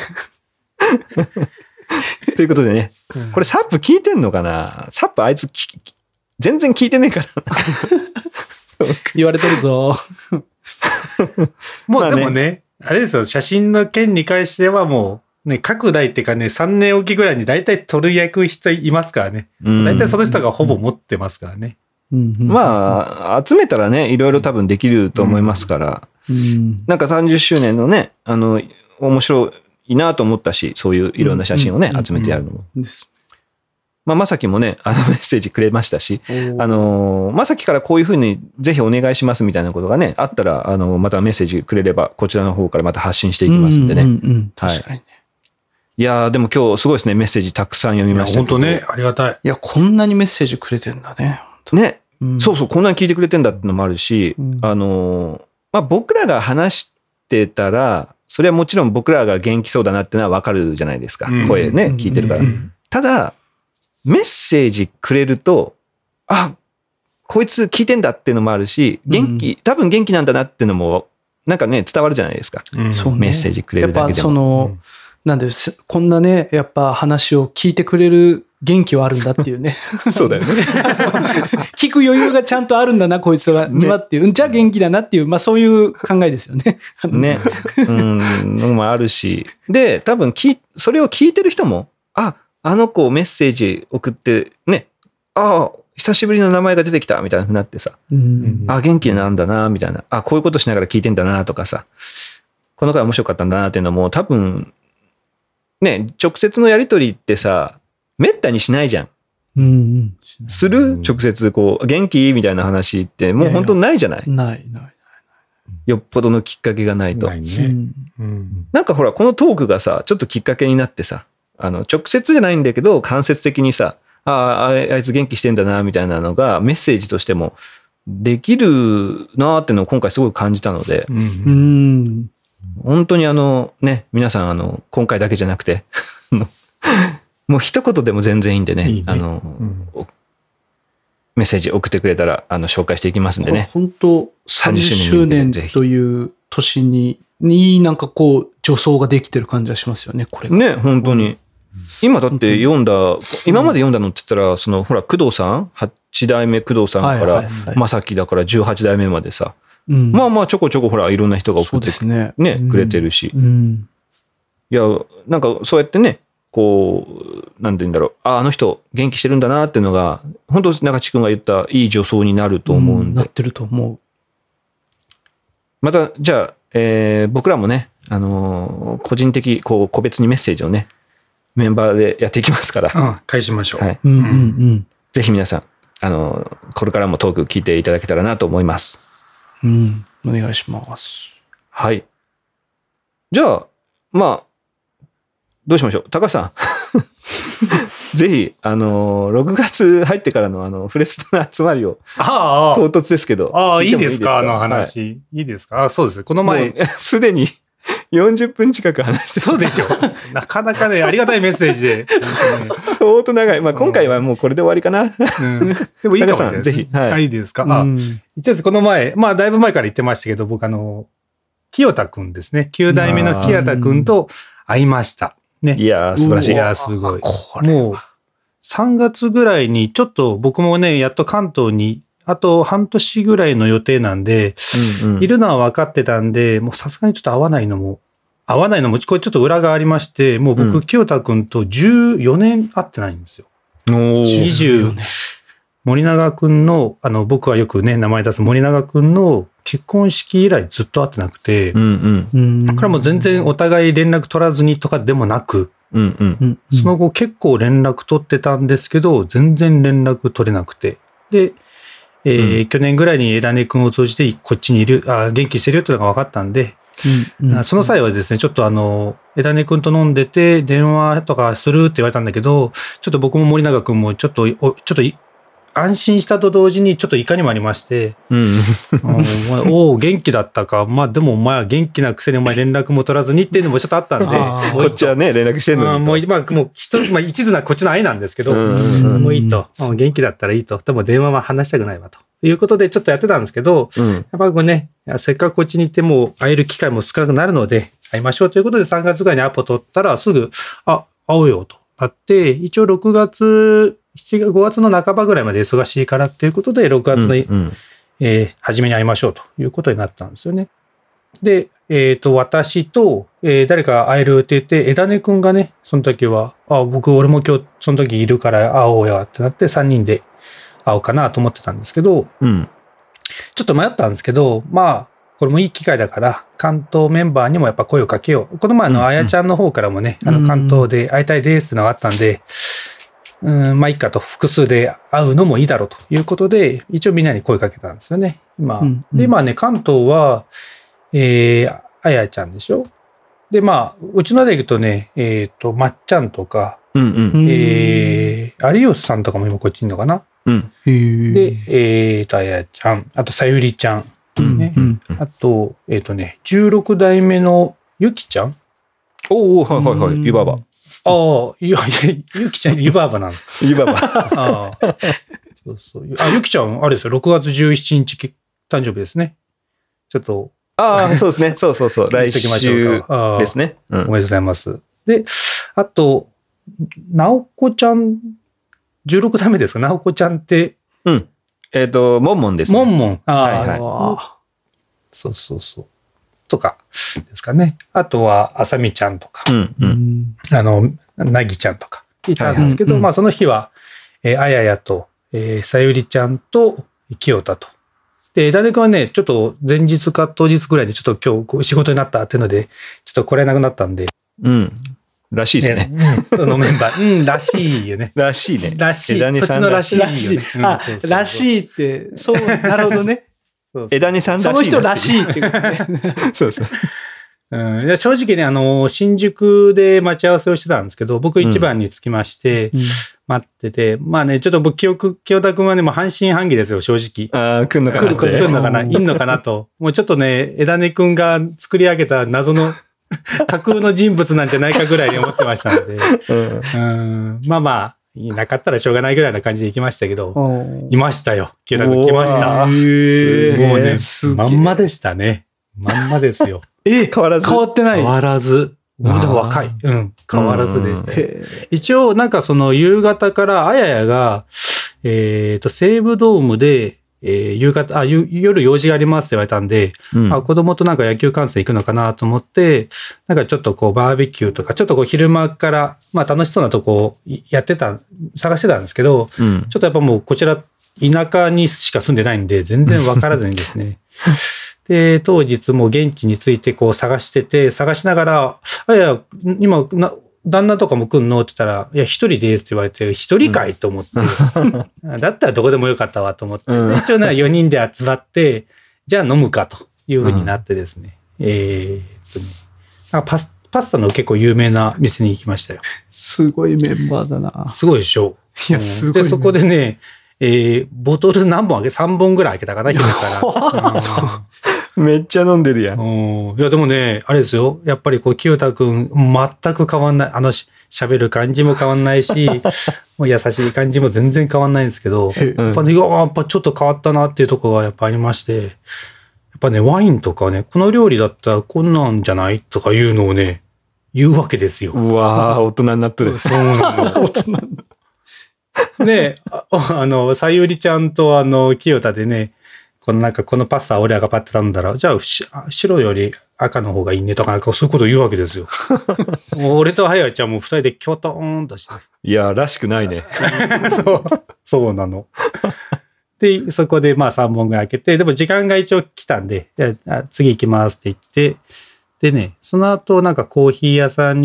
ということでね、 うんこれサップ聞いてんのかな？サップあいつき全然聞いてねえから。 言われてるぞ。 もうまあねでもね、あれですよ、写真の件に関してはもう、ね、各代っていうかね、さんねんおきぐらいに大体取り役人いますからね。 うん大体その人がほぼ持ってますからね。 まあ、集めたらね、いろいろ多分できると思いますから、 うんなんかさんじゅっしゅうねんのね、あの、面白いなと思ったし、そういういろんな写真をね、 うん集めてやるのも。 ですまあ、まさきもね、あのメッセージくれましたし、 おあの、まさきからこういうふうにぜひお願いしますみたいなことがね、あったら、あの、またメッセージくれれば、こちらの方からまた発信していきますんでね。 うんうんうん確かにね。 いやー、でも今日すごいですね、メッセージたくさん読みましたけど。 本当ね、ありがたい。 いや、こんなにメッセージくれてんだね。 ね、 うんそうそう、こんなに聞いてくれてんだってのもあるし、 うんあのー、まあ、僕らが話してたら、それはもちろん僕らが元気そうだなってのはわかるじゃないですか。 うん声ね、 うん聞いてるから。 うんただ、メッセージくれると、あ、こいつ聞いてんだっていうのもあるし、元気、多分元気なんだなっていうのも、なんかね、伝わるじゃないですか。 うんそうねメッセージくれるだけでも。 やっぱその、なんで、すこんなね、やっぱ話を聞いてくれる元気はあるんだっていうね。 そうだよね。 聞く余裕がちゃんとあるんだな、こいつは、にはっていう。うんじゃあ元気だなっていう、まあそういう考えですよね。 ね。うん、のもあるし。で、多分き、それを聞いてる人も、あ、あの子メッセージ送って、ね、ああ、久しぶりの名前が出てきたみたいになってさ、 うんあ、元気なんだな、みたいな。あ、こういうことしながら聞いてんだな、とかさ、この回面白かったんだなっていうのも、多分、ね、直接のやりとりってさ、めったにしないじゃん。 うんうんする直接こう、元気みたいな話って、もう本当にないじゃない。 ない、ない。 よっぽどのきっかけがないと。 ないね。 うんうんなんかほら、このトークがさ、ちょっときっかけになってさ、あの、直接じゃないんだけど、間接的にさ、ああ、あいつ元気してんだな、みたいなのが、メッセージとしても、できるなーっていうのを今回すごい感じたので、 うんうん。 本当にあの、ね、皆さん、あの、今回だけじゃなくて、あのもう一言でも全然いいんでね、 いいねあの、 うんおメッセージ送ってくれたら、あの、紹介していきますんでね。 本当さんじゅっしゅうねんぜひという年に、になんかこう、助走ができてる感じがしますよね、これが。 ね、本当に。今だって読んだ、今まで読んだのって言ったら、その、ほら、工藤さん ?はち 代目工藤さんかはいはいらはい、 まさきだからじゅうはち代目までさ、 うんまあまあちょこちょこほら、いろんな人がそう送ってですね。 ね、 うんくれてるし。 うん。 いや、なんかそうやってね、こう、なんて言うんだろう、あ、あの人元気してるんだなっていうのが、本当中地君が言ったいい助走になると思うんで、 なってると思また、じゃあ、えー僕らもね、あのー個人的、こう、個別にメッセージをね、メンバーでやっていきますから、 うん返しましょう。 はい。 う。うんうんうん。 ぜひ皆さん、あのーこれからもトーク聞いていただけたらなと思います。 うん。お願いします。 はい。じゃあ、まあ、どうしましょう。高橋さん。ぜひ、あのー、ろくがつ入ってからのあの、フレスポの集まりを、 ああ、 唐突ですけど。 ああ、いい聞てもですか、あのはい話。いいですかあそうです。このも前、 う、すでによんじゅっぷん近く話してそうでしょ。なかなかね、ありがたいメッセージで。 相当長い。まあ、今回はもうこれで終わりかな。 うんでもいいかもしれない高橋さんぜひはいあいいですか、あうん一応ですこの前、まあ、だいぶ前から言ってましたけど、僕、あの、清田くんですね。きゅう代目の清田くんと会いました。ね。 いやー、素晴らしい。 いやー、すごい。 これもう、さんがつぐらいに、ちょっと僕もね、やっと関東に、あと半年ぐらいの予定なんで、 うんうんいるのは分かってたんで、もうさすがにちょっと会わないのも、会わないのも、これちょっと裏がありまして、もう僕、 うん清田くんとじゅうよねん会ってないんですよ。 おーにじゅう、森永くんの、あの、僕はよくね、名前出す森永くんの結婚式以来ずっと会ってなくて、 うんうん。 うん。 これはもう全然お互い連絡取らずにとかでもなく、 うんうんうんその後結構連絡取ってたんですけど、全然連絡取れなくて。で、えーうん去年ぐらいに枝根くんを通じてこっちにいる、あ元気してるよっていうのが分かったんで、 うんうんその際はですね、ちょっとあの、枝根くんと飲んでて、電話とかするって言われたんだけど、ちょっと僕も森永くんもちょっと、おちょっとい安心したと同時にちょっと怒りもありまして、 うんお前おう元気だったか。まあでもお前は元気なくせにお前連絡も取らずにっていうのもちょっとあったんで、 あーもういいこっちはね、連絡してんのに。 あーもう、まあ、もう、一つ、まあ、一途なこっちの愛なんですけど、 うんうんうんもういいと。うん元気だったらいいと。でも電話は話したくないわと。いうことでちょっとやってたんですけど、 うん。 やっぱこうね、せっかくこっちに行っても会える機会も少なくなるので、会いましょうということでさんがつぐらいにアポ取ったらすぐ、あ、会おうよとなって、一応ろくがつ、しちがつ、ごがつの半ばぐらいまで忙しいからっていうことで、ろくがつの、 うんえー初めに会いましょうということになったんですよね。で、えっ、と、私と、えー誰か会えるって言って、枝根くんがね、その時は、あ、僕、俺も今日、その時いるから会おうやってなって、さんにんで会おうかなと思ってたんですけど、 うん。 ちょっと迷ったんですけど、まあ、これもいい機会だから、関東メンバーにもやっぱ声をかけよう。この前、あの、 うんうんあやちゃんの方からもね、あの、 うん関東で会いたいですっていうのがあったんで、うん、まあいいかと、複数で会うのもいいだろうということで、一応みんなに声かけたんですよね。今。 うんうんで、今ね、関東は、えー、あやちゃんでしょ。で、まあ、うちので行くとね、えっ、と、まっちゃんとか、 うんうん。 えー、有吉さんとかも今こっちにいるのかな。 うん。 で、えーと、あやちゃん、あと、さゆりちゃん。 うんねうんあと、えっ、とね、じゅうろく代目のゆきちゃん。 おおはいはいはい。湯婆婆。 ああ、いやいや、ゆきちゃん、湯婆婆なんですか。 湯婆婆。 ああ。そうそう。あ、ゆきちゃん、あれですよ、ろくがつじゅうしちにち誕生日ですね。ちょっと、 ああ、そうですね。そうそうそう。来言っときましょう週か。ああですね。うん。 おめでとうございます。で、あと、なおこちゃん、じゅうろく代目ですか。なおこちゃんって、 うん。えっと、モンモンですね。 もんもん。ああ、 はいはいあそうそうそう。とかですかね。あとは、あさみちゃんとか、 うんーう。 うんんあの、なぎちゃんとかいたんですけど、 はいはいまあその日は、えーあややと、えーさゆりちゃんと、清田と。で、枝根くんはね、ちょっと前日か当日ぐらいでちょっと今日こう仕事になったっていうので、ちょっと来れなくなったんで、 うん。らしいですね。 ねうんそのメンバー、うん、らしいよね。 らしいね。 らしい。 枝根さんそっちのらしいよね。 らしい。あうんそうそうそう、 らしいって、そう、なるほどね。 そうそう枝根さんらしいな。 その人らしいってことね。 そうそう。 うん、いや正直ね、あの、新宿で待ち合わせをしてたんですけど、僕一番に着きまして、待ってて、まあね、ちょっと僕、記憶、清田くんはね、もう半信半疑ですよ、正直。 ああ、来んのかなって。 来る来るのかないんのかなと。もうちょっとね、枝根くんが作り上げた謎の架空の人物なんじゃないかぐらいに思ってましたので、 うんうん、まあまあ、いなかったらしょうがないぐらいな感じで行きましたけど、 うんいましたよ。清田くん来ました。 おーもうねす、げえまんまでしたね。まんまですよ。 え、 変わらず。 変わってない。 変わらず。 あーでも若い。うん。変わらずでしたよ。 へ一応、なんかその夕方から、あややが、えっ、と、西武ドームで、えー夕方、あ、ゆ夜用事がありますって言われたんで、 うんあ、子供となんか野球観戦行くのかなと思って、なんかちょっとこうバーベキューとか、ちょっとこう昼間から、まあ楽しそうなとこをやってた、探してたんですけど、 うん。 ちょっとやっぱもうこちら、田舎にしか住んでないんで、全然わからずにですね。で、当日も現地についてこう探してて、探しながら、あ、いや、今、な旦那とかも来んのって言ったら、いや、一人ですって言われて、一人かいと思って、だったらどこでもよかったわと思って、 うんで一応ね、よにんで集まって、じゃあ飲むかというふうになってですね、えーっとね、なんかパス、パスタの結構有名な店に行きましたよ。 すごいメンバーだな。 すごいでしょ。 いや、すごいね。 で、そこでね、えーボトル何本開け、さんぼんぐらい開けたかな、昼から。 めっちゃ飲んでるやん。 うんうんいや、でもね、あれですよ。やっぱりこう、清田くん、全く変わんない。あのし、喋る感じも変わんないし、もう優しい感じも全然変わんないんですけど、 へやっぱね、いややっぱちょっと変わったなっていうところがやっぱありまして、やっぱね、ワインとかね、この料理だったらこんなんじゃないとかいうのをね、言うわけですよ。 うわー、大人になっとる。 そうなの。 大人で、ああの、さゆりちゃんとあの、清田でね、このなんかこのパスタ俺らがパッて頼んだら、じゃあし白より赤の方がいいねとかなんかそういうことを言うわけですよ。俺とはやちゃんも二人でキョトーンとして。 いや、らしくないね。 そう、そうなの。で、そこでまあさんぼんぐらい開けて、でも時間が一応来たんで、じゃあ次行きますって言って、でね、その後なんかコーヒー屋さんに行っ 、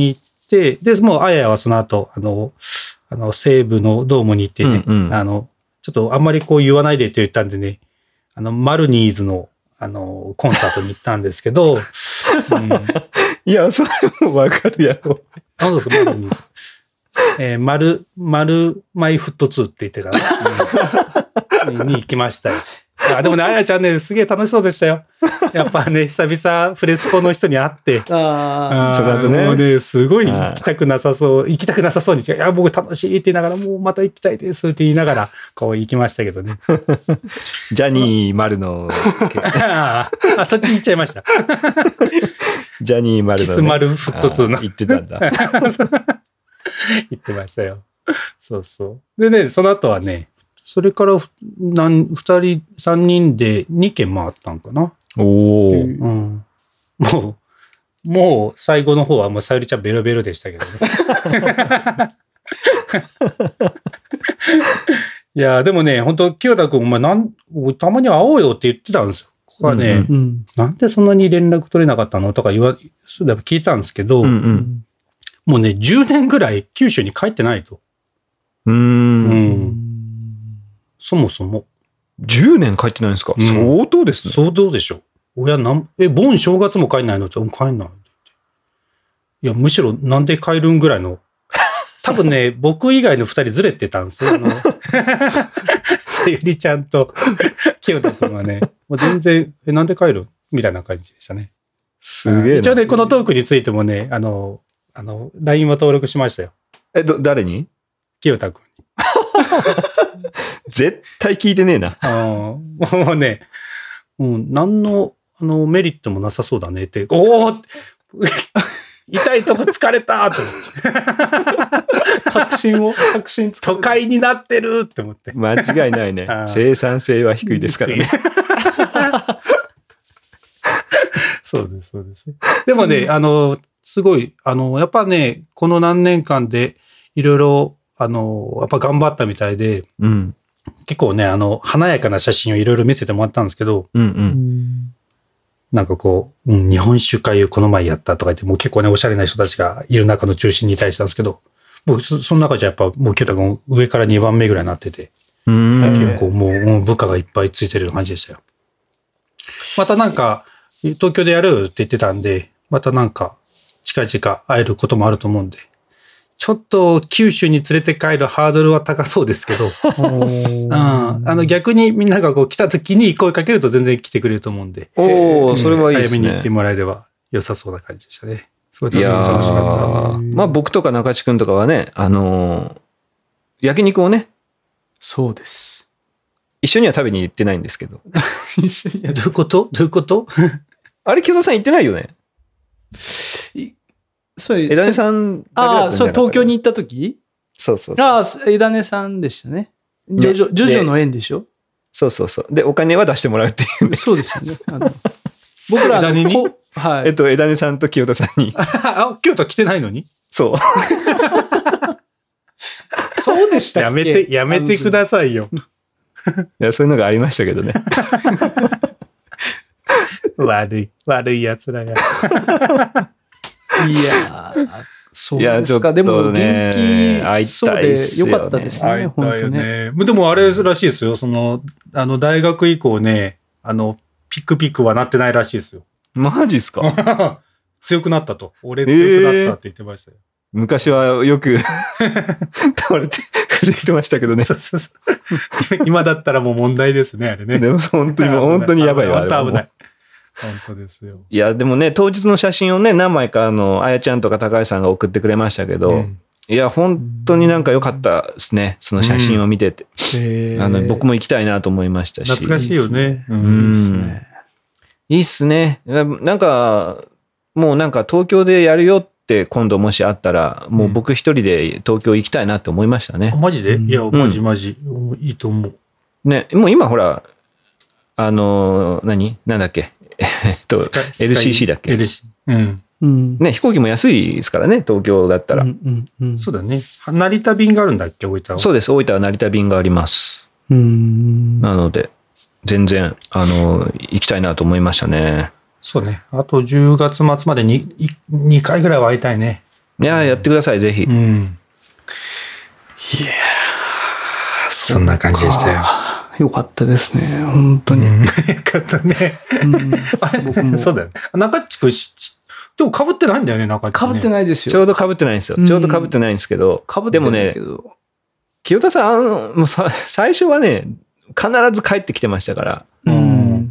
で、もうあややはその後、あの、あの、西部のドームに行ってね、 うんうん、 あの、ちょっとあんまりこう言わないでって言ったんでね、あの、マルニーズの、あの、コンサートに行ったんですけど、うん、 いや、それもわかるやろ。 何ですか、マルニーズ。えー、マル、マルマイフットツーって言ってから、うん、に行きましたよ。あでもね、あやちゃんね、すげえ楽しそうでしたよ。やっぱね、久々フレスコの人に会って、 ああ、そうだね。 もうね、すごい行きたくなさそう、行きたくなさそうに、いや、僕楽しいって言いながら、もうまた行きたいですって言いながら、こう行きましたけどね。 ジャニー丸の。 ああ、そっち行っちゃいました。 ジャニー丸の、ね。 キスマルフットツーの。 言ってたんだ。 言ってましたよ。そうそう。でね、その後はね、それから何二人三人でにけん回ったんかな。 おお、うん、 もうもう最後の方はもうさゆりちゃんベロベロでしたけどね。いやでもね、本当清田君お前なんたまに会おうよって言ってたんですよ。ここはね、うんうん、なんでそんなに連絡取れなかったのとか言わそうだ聞いたんですけど、うんうん、もうねじゅうねんぐらい九州に帰ってないと。 うーん、 うんそもそも。 じゅうねん帰ってないんですか、うん、相当ですね。 相当でしょ。親なん、え、盆正月も帰んないのって、帰んない。いや、むしろなんで帰るんぐらいの。多分ね、僕以外の二人ずれてたんですよ。あの、さゆりちゃんと清田君はね、もう全然、え、なんで帰るみたいな感じでしたね。 すげえな。 一応ね、このトークについてもね、あの、あの、ライン は登録しましたよ。 え、ど、誰に？ 清田君に。 絶対聞いてねえな。 あもうね、うん、何のあのメリットもなさそうだねって、おお痛いとこ疲れたと確信を確信都会になってるって思って。 間違いないね。生産性は低いですからね。 そうですそうです。でもね、あのすごいあのやっぱねこの何年間でいろいろあのやっぱ頑張ったみたいで、うん、結構ねあの華やかな写真をいろいろ見せてもらったんですけど、うんうん、なんかこう、うん、日本酒会をこの前やったとか言ってもう結構ねおしゃれな人たちがいる中の中心にいたりしたんですけど、僕 そ, その中じゃやっぱもう清田君上からにばんめぐらいになってて、うん結構も う, もう部下がいっぱいついてる感じでしたよ。またなんか東京でやるって言ってたんで、またなんか近々会えることもあると思うんで。ちょっと九州に連れて帰るハードルは高そうですけど、うん、あの逆にみんながこう来た時に声かけると全然来てくれると思うんで、 おー、それはいいですね。 早めに行ってもらえれば良さそうな感じでしたね。すごい楽しかった。 まあ僕とか中地君とかはね、あのー、焼肉をね、 そうです。 一緒には食べに行ってないんですけど。 一緒にどういうことどういうことあれ、清田さん行ってないよね。 そう枝根さんああ、そう、東京に行った時そうそうそう。 ああ、枝根さんでしたね。で、ジョジョの縁でしょ。 そうそうそう。で、お金は出してもらうっていう。 そうですよね。あの僕ら枝根にはい。 えっと、枝根さんと清田さんに。 あ、清田来てないのにそう。 そうでしたっけ？ やめて、やめてくださいよ。 いや、そういうのがありましたけどね。 悪い、悪い奴らが。 いやー、そうですか。でも、元気そうでよかったですね。 本当ね。でも、あれらしいですよ。その、あの、大学以降ね、あの、ピックピックはなってないらしいですよ。 マジっすか？ 強くなったと。俺強くなったって言ってましたよ。 えー、昔はよく倒れて震えてましたけどね。 そうそうそう。今だったらもう問題ですね、あれね。 でも本当に、本当にやばいわ。 本当危ない。本当ですよ。 いや、でもね、当日の写真をね、何枚か、あの、あやちゃんとか高橋さんが送ってくれましたけど、うん、いや、本当になんか良かったですね。その写真を見てて。うん、あの僕も行きたいなと思いましたし。 懐かしいよね。 うん。いいっすね。いいっすね。なんか、もうなんか東京でやるよって今度もしあったら、もう僕一人で東京行きたいなって思いましたね。 うん、マジで？いや、マジマジ。うん、いいと思う。 ね、もう今ほら、あの、何なんだっけえっと、エルシーシー だっけ、 エルシー、 うん。ね、飛行機も安いですからね、東京だったら。 うんうんうん、そうだね。成田便があるんだっけ、大分は。 そうです、大分は成田便があります。うん、なので、全然、あの、行きたいなと思いましたね。 そうね。あとじゅうがつ末までににかいぐらいは会いたいね。 いややってくださいぜひ。 うん。いやそんな感じでしたよ。 よかったですね本当に。 うん、よかったね。うん、あれ僕もそうだよね。中地君でも被ってないんだよね中地君、ね。被ってないですよ。 ちょうど被ってないんですよ。ちょうど被ってないんですけど。 被ってでもね清田さんあのもうさ最初はね必ず帰ってきてましたから。うん、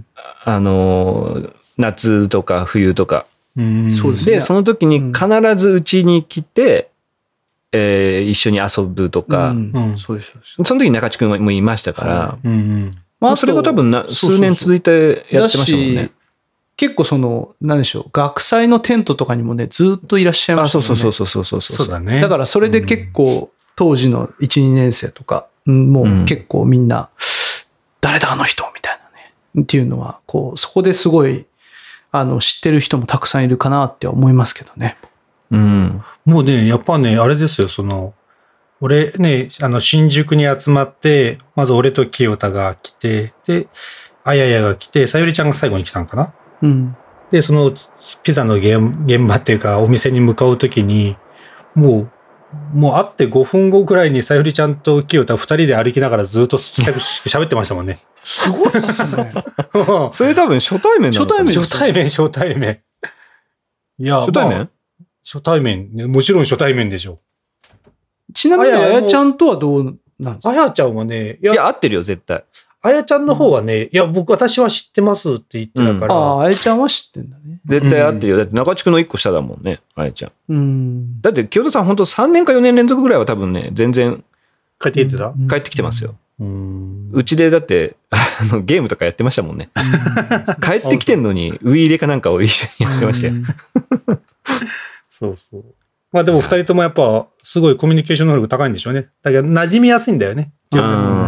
あの夏とか冬とか。 うんそうですね。 でその時に必ずうちに来て。えー、一緒に遊ぶとか、うんうん、そうですその時に中地君もいましたから、はいうんうんまあ、それが多分な数年続いてやってましたもんね。 結構その何でしょう学祭のテントとかにもねずっといらっしゃいましたもんね。 あそうそうそうそうそうそうだね。 だからそれで結構当時のいち、にねん生とかもう結構みんな、うん、誰だあの人みたいなねっていうのはこうそこですごいあの知ってる人もたくさんいるかなって思いますけどね。 うん、 もうね、やっぱね、あれですよ、その、俺ね、あの、新宿に集まって、まず俺と清田が来て、で、あややが来て、さゆりちゃんが最後に来たのかな。 うん。 で、その、ピザの現場っていうか、お店に向かうときに、もう、もう会ってごふんごぐらいにさゆりちゃんと清田二人で歩きながらずっと喋ってましたもんね。 すごいっすね。 それ多分初対面なのかな。 初対面、初対面。いや、 初対面、まあ初対面、もちろん初対面でしょ。 ちなみにあやちゃんとはどうなんですか？ あやちゃんはね、 いや、いや合ってるよ、絶対。 あやちゃんの方はね、うん、いや、僕、私は知ってますって言ってたから。 うん、ああ、あやちゃんは知ってんだね。 絶対合ってるよ。だって中地区の一個下だもんね、あやちゃん。 うん。 だって、清田さん、本当さんねんかよねん連続ぐらいは多分ね、全然。 帰ってきてた？ 帰ってきてますよ。 うん。 うちでだって、あの、ゲームとかやってましたもんね。帰ってきてんのに、ウイイレかなんかを一緒にやってましたよ。 そうそう。まあでも二人ともやっぱすごいコミュニケーション能力高いんでしょうね。だけど馴染みやすいんだよね。 うん、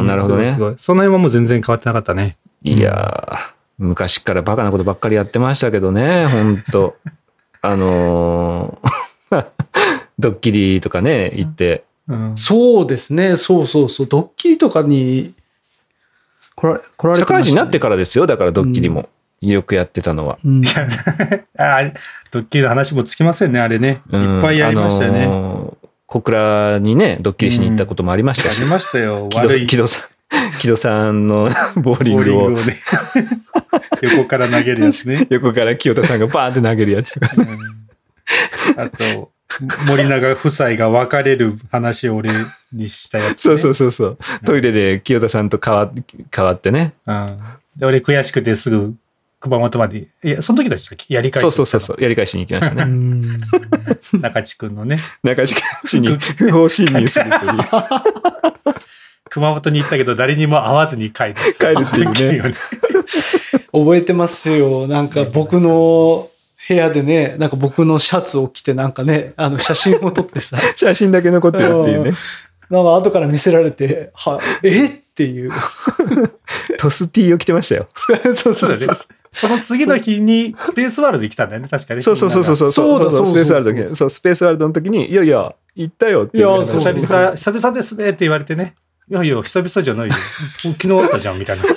なるほどね。 すごい。その辺はもう全然変わってなかったね。 いやー、昔からバカなことばっかりやってましたけどね、ほんと。あのー、ドッキリとかね、行って、 うん。そうですね。そうそうそう。ドッキリとかに来られ、来られてましたね。 社会人になってからですよ。だからドッキリも。うんよくやってたのは。 うん、 あドッキリの話もつきませんね、あれね。いっぱいやりましたよね。うんあのー、小倉にね、ドッキリしに行ったこともありましたし。 うん、ありましたよ。 悪い。木戸さん、木戸さんのボーリングを。 ボーリングをね、横から投げるやつね。 横から清田さんがバーンって投げるやつとか、ねうん。あと、森永夫妻が別れる話を俺にしたやつ、 ね。そうそうそうそう。トイレで清田さんと変わ変わってね。 うん、で俺悔しくてすぐ、熊本まで、いや、その時でしたっけやり返し。 そうそうそうそう、やり返しに行きましたね。 中地君のね。 中地君に不法侵入するという。 熊本に行ったけど誰にも会わずに帰る。 帰るっていうね。 覚えてますよ。なんか僕の部屋でね、なんか僕のシャツを着てなんかね、あの写真を撮ってさ。 写真だけ残ってるっていうね。 なんか後から見せられて、は、えっていう。 トスティーを着てましたよ。 そうそうそう。 その次の日にスペースワールドに来たんだよね、確かに。 そうそうそうそうそうそうそうそうスペースワールドそうスペースワールドの時にいやいや行ったよっていう。いや久々久々ですねって言われてね。いやいや久々じゃないよ。昨日あったじゃんみたいな。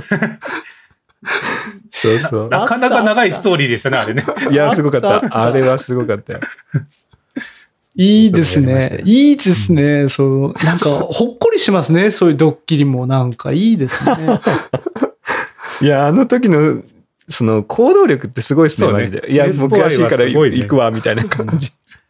そうそうな。なかなか長いストーリーでしたねあれね。 いやすごかった。あれはすごかったよ。 いいですね。いいですね。そう、なんか、ほっこりしますね。そういうドッキリもなんかいいですね。 いや、あの時の、その行動力ってすごいですね、ねマジで。いや、もう悔しいから行くわ、みたいな感じ。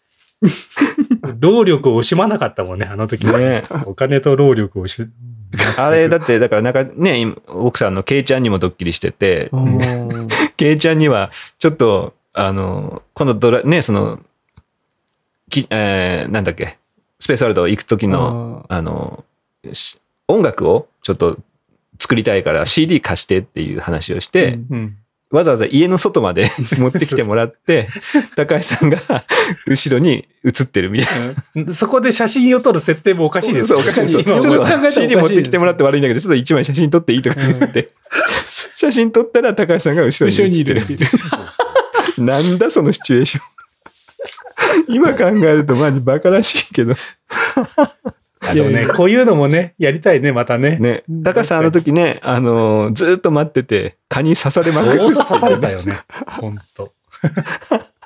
労力を惜しまなかったもんね、あの時ね。お金と労力を惜しあれ、だって、だからなんかね、奥さんのケイちゃんにもドッキリしてて、ケイちゃんには、ちょっと、あの、今度ドラ、ね、その、きえー、なんだっけスペースワールド行く時のあの音楽をちょっと作りたいから シーディー 貸してっていう話をして、うんうん、わざわざ家の外まで持ってきてもらって高橋さんが後ろに映ってるみたいなそこで写真を撮る設定もおかしいです。 そうおかしいです。ちょっと シーディー 持ってきてもらって悪いんだけどちょっと一枚写真撮っていいとか言って、うん、写真撮ったら高橋さんが後ろに映ってるなんだそのシチュエーション今考えるとマジバカらしいけどでもねこういうのもねやりたいねまたね。 ね高橋さんあの時ねあのー、ずっと待ってて蚊に刺されまくる。 相当刺されたよね本当。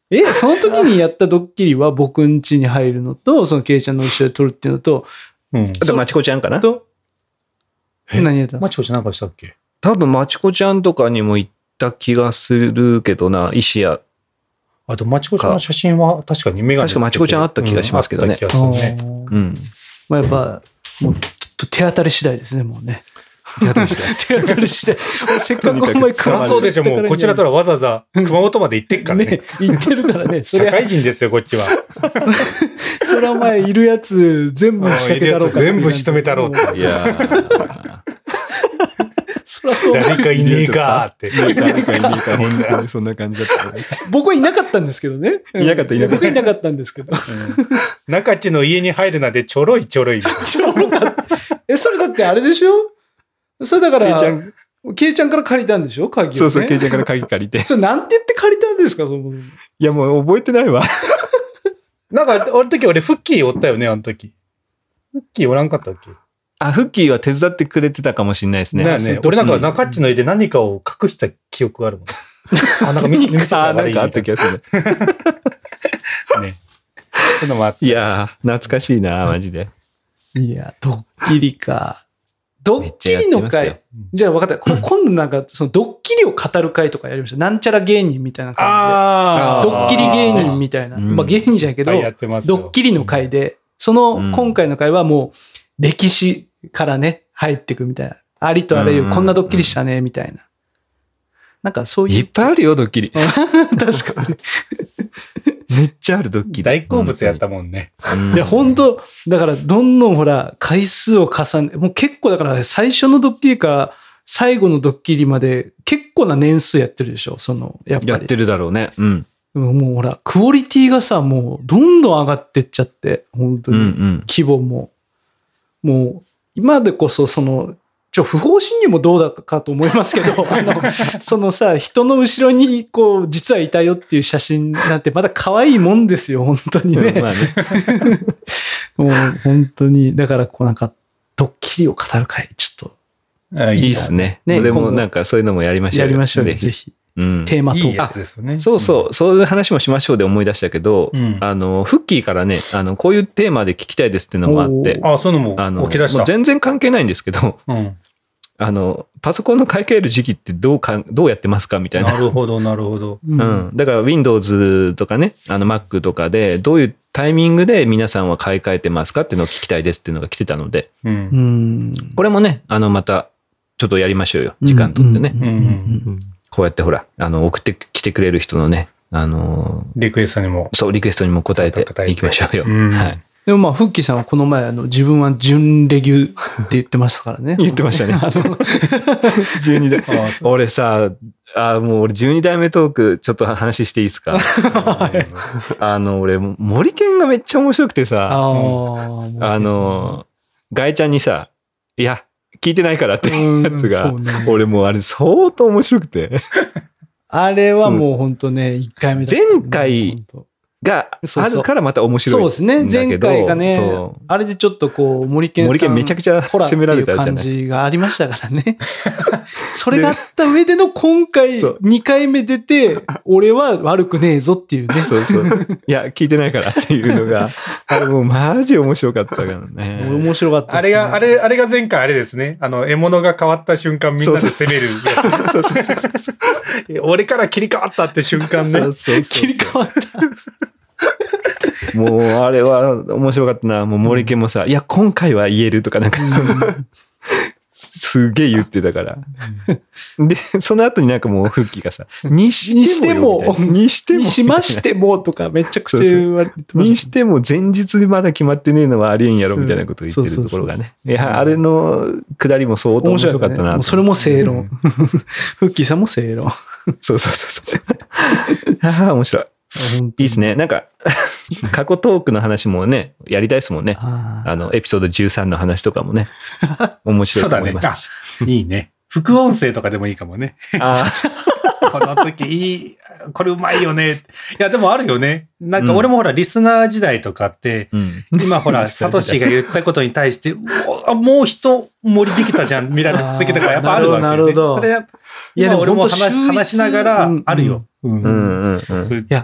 え、その時にやったドッキリは僕ん家に入るのと、そのケイちゃんの後ろで撮るっていうのと、 うん。 あと、まちこちゃんかなと、何やったんですか？ まちこちゃんなんかしたっけ？ 多分、まちこちゃんとかにも行った気がするけどな、石屋。 あと、まちこちゃんの写真は確かにメガネつけてる。 確かまちこちゃんあった気がしますけどねうんあった気がするね。 うん。 まあ、やっぱ、もう、ちょっと手当たり次第ですね、もうね。 手当たり次第。 手当たり次第。俺せっかくお前そりゃそうでしょ、もう、こちらとらわざわざ熊本まで行ってっからね。 ね、言ってるからね。そ社れ会人ですよ、こっちは。 それはお前いるやつ全部仕掛けたろうか。 全部仕留めたろうって。 いやー。 そりゃそう。 誰かいねえかって。 誰かいねえか、本当にそんな感じだったね。 僕はいなかったんですけどね。 いなかったいなかった僕はいなかったんですけど。 中地の家に入るなんてちょろいちょろい。 ちょろかった。え、それだってあれでしょ？それだから、 ケイちゃん、 ケイちゃんから借りたんでしょ？鍵をね。 そうそう、ケイちゃんから鍵借りて。 それなんて言って借りたんですか？そのいや、もう覚えてないわ。 なんか、俺の時俺フッキーおったよね、あの時。フッキーおらんかったっけ？ あ、フッキーは手伝ってくれてたかもしれないですね。 だよね。俺なんか中地の家で何かを隠した記憶があるもん。あ、なんか見見せたあ、なんかあら悪いみたいった気がする。 なね。そういうのもあって。 いやー、懐かしいな、マジで。 いや、ドッキリか。ドッキリのめっちゃやって回。じゃあ分かった。こ今度なんか、そのドッキリを語る会とかやりました。なんちゃら芸人みたいな感あじで。ドッキリ芸人みたいな。 うんまあ芸人じゃないけど、 やってますよドッキリの回で、その今回の回はもう歴史からね、入ってくみたいな。ありとあらゆる、こんなドッキリしたね、みたいな。なんかそういう。 いっぱいあるよ、ドッキリ。 確かに。 めっちゃある、ドッキリ。 大好物やったもんね。 うん。 いや、本当だから、どんどんほら、回数を重ね、もう結構だから、最初のドッキリから最後のドッキリまで、結構な年数やってるでしょ、その、やっぱり。 やってるだろうね。うん。 もうほら、クオリティがさ、もう、どんどん上がってっちゃって、本当に。 うんうん。 規模も。もう、今でこそ、その、ちょ、不法侵入もどうだかと思いますけど、あの、そのさ、人の後ろに、こう、実はいたよっていう写真なんて、まだ可愛いもんですよ、本当にね。 まあね。 もう、本当に、だから、こうなんか、ドッキリを語る会、ちょっあいいっすね。 ねそれもなんかそういうのもやりまと、 しょうよ。 やりましょうよ、 ぜひ。 ぜひ。 うん。 テーマトーク。 いいやつですよね。 そうそう、そういう話もしましょうで思い出したけど、 うんあの、フッキーからね、あの、こういうテーマで聞きたいですっていうのもあって、 あ、そういうのあの、 も起き出した。 もう全然関係ないんですけど、 うん。 あの、パソコンの買い替える時期ってどうか、どうやってますかみたいな。 なるほど、なるほど。 ううんん。だから Windows とかね、あの Mac とかで、どういうタイミングで皆さんは買い替えてますかっていうのを聞きたいですっていうのが来てたので、 う。 うんん。 これもね、あの、また、ちょっとやりましょうよ。時間とってね。 うんうんうんこうやってほら、あの、送ってきてくれる人のね、あの、 リクエストにも。 そう、リクエストにも答えていきましょうよ。 うんはい。 でもまあ、フッキーさんはこの前、あの、自分は準レギュって言ってましたからね。 言ってましたね。 あのじゅうに代あそう俺さ、あもう俺じゅうに代目トークちょっと話していいですかあの、俺、森健がめっちゃ面白くてさ、 ああ、 あの、ガイちゃんにさ、いや、聞いてないからっていうやつうがんそうね、 俺もうあれ相当面白くて。 あれはもう本当ね、いっかいめだったね前回本当がそうそうあるからまた面白いそうですね。 んだけ前ど回がねそ、 あれでちょっとこう、森健さん。 森健めちゃくちゃほら責められたじゃないっていう感じがありましたからね。それがあった上での今回そうにかいめ出て、俺は悪くねえぞっていうね。 うそうそう。いや、聞いてないからっていうのが、あれもうマジ面白かったからね。 面白かったですね。 あれが、あれ、あれが前回あれですね。あの、獲物が変わった瞬間みんなで攻めるやつ。 そうそうそうそう。 俺から切り替わったって瞬間ね。 そうそうそう切り替わった。 もうあれは面白かったな。もう森健もさ、いや、今回は言えるとかなんか、すげえ言ってたから。で、その後になんかもうフッキーがさ、にしてもよみたいな、にしても。 にしましてもとかめちゃくちゃ言われてましたにしても前日にまだ決まってねえのはありえんやろみたいなことを言ってるところがね。いや、あれの下りも相当面白かったな。 もうそれも正論。フッキーさんも正論。 そうそうそうそう。ああ、面白い。いいですね。なんか、過去トークの話もね、やりたいですもんね。 ああの、エピソードじゅうさんの話とかもね、面白いと思いますし。 いいね。副音声とかでもいいかもね。 あこの時いい、これうまいよね。いや、でもあるよね。なんか俺もほら、リスナー時代とかって、 うん、 今ほら、サトシが言ったことに対して、うわもう人盛りできたじゃん、みたいな時とかやっぱあるわけよね。 なるほどそれ、 いやでも今俺も本当話秀逸話しながらうん、 あるよ。うんうんうんうん。 そういういや、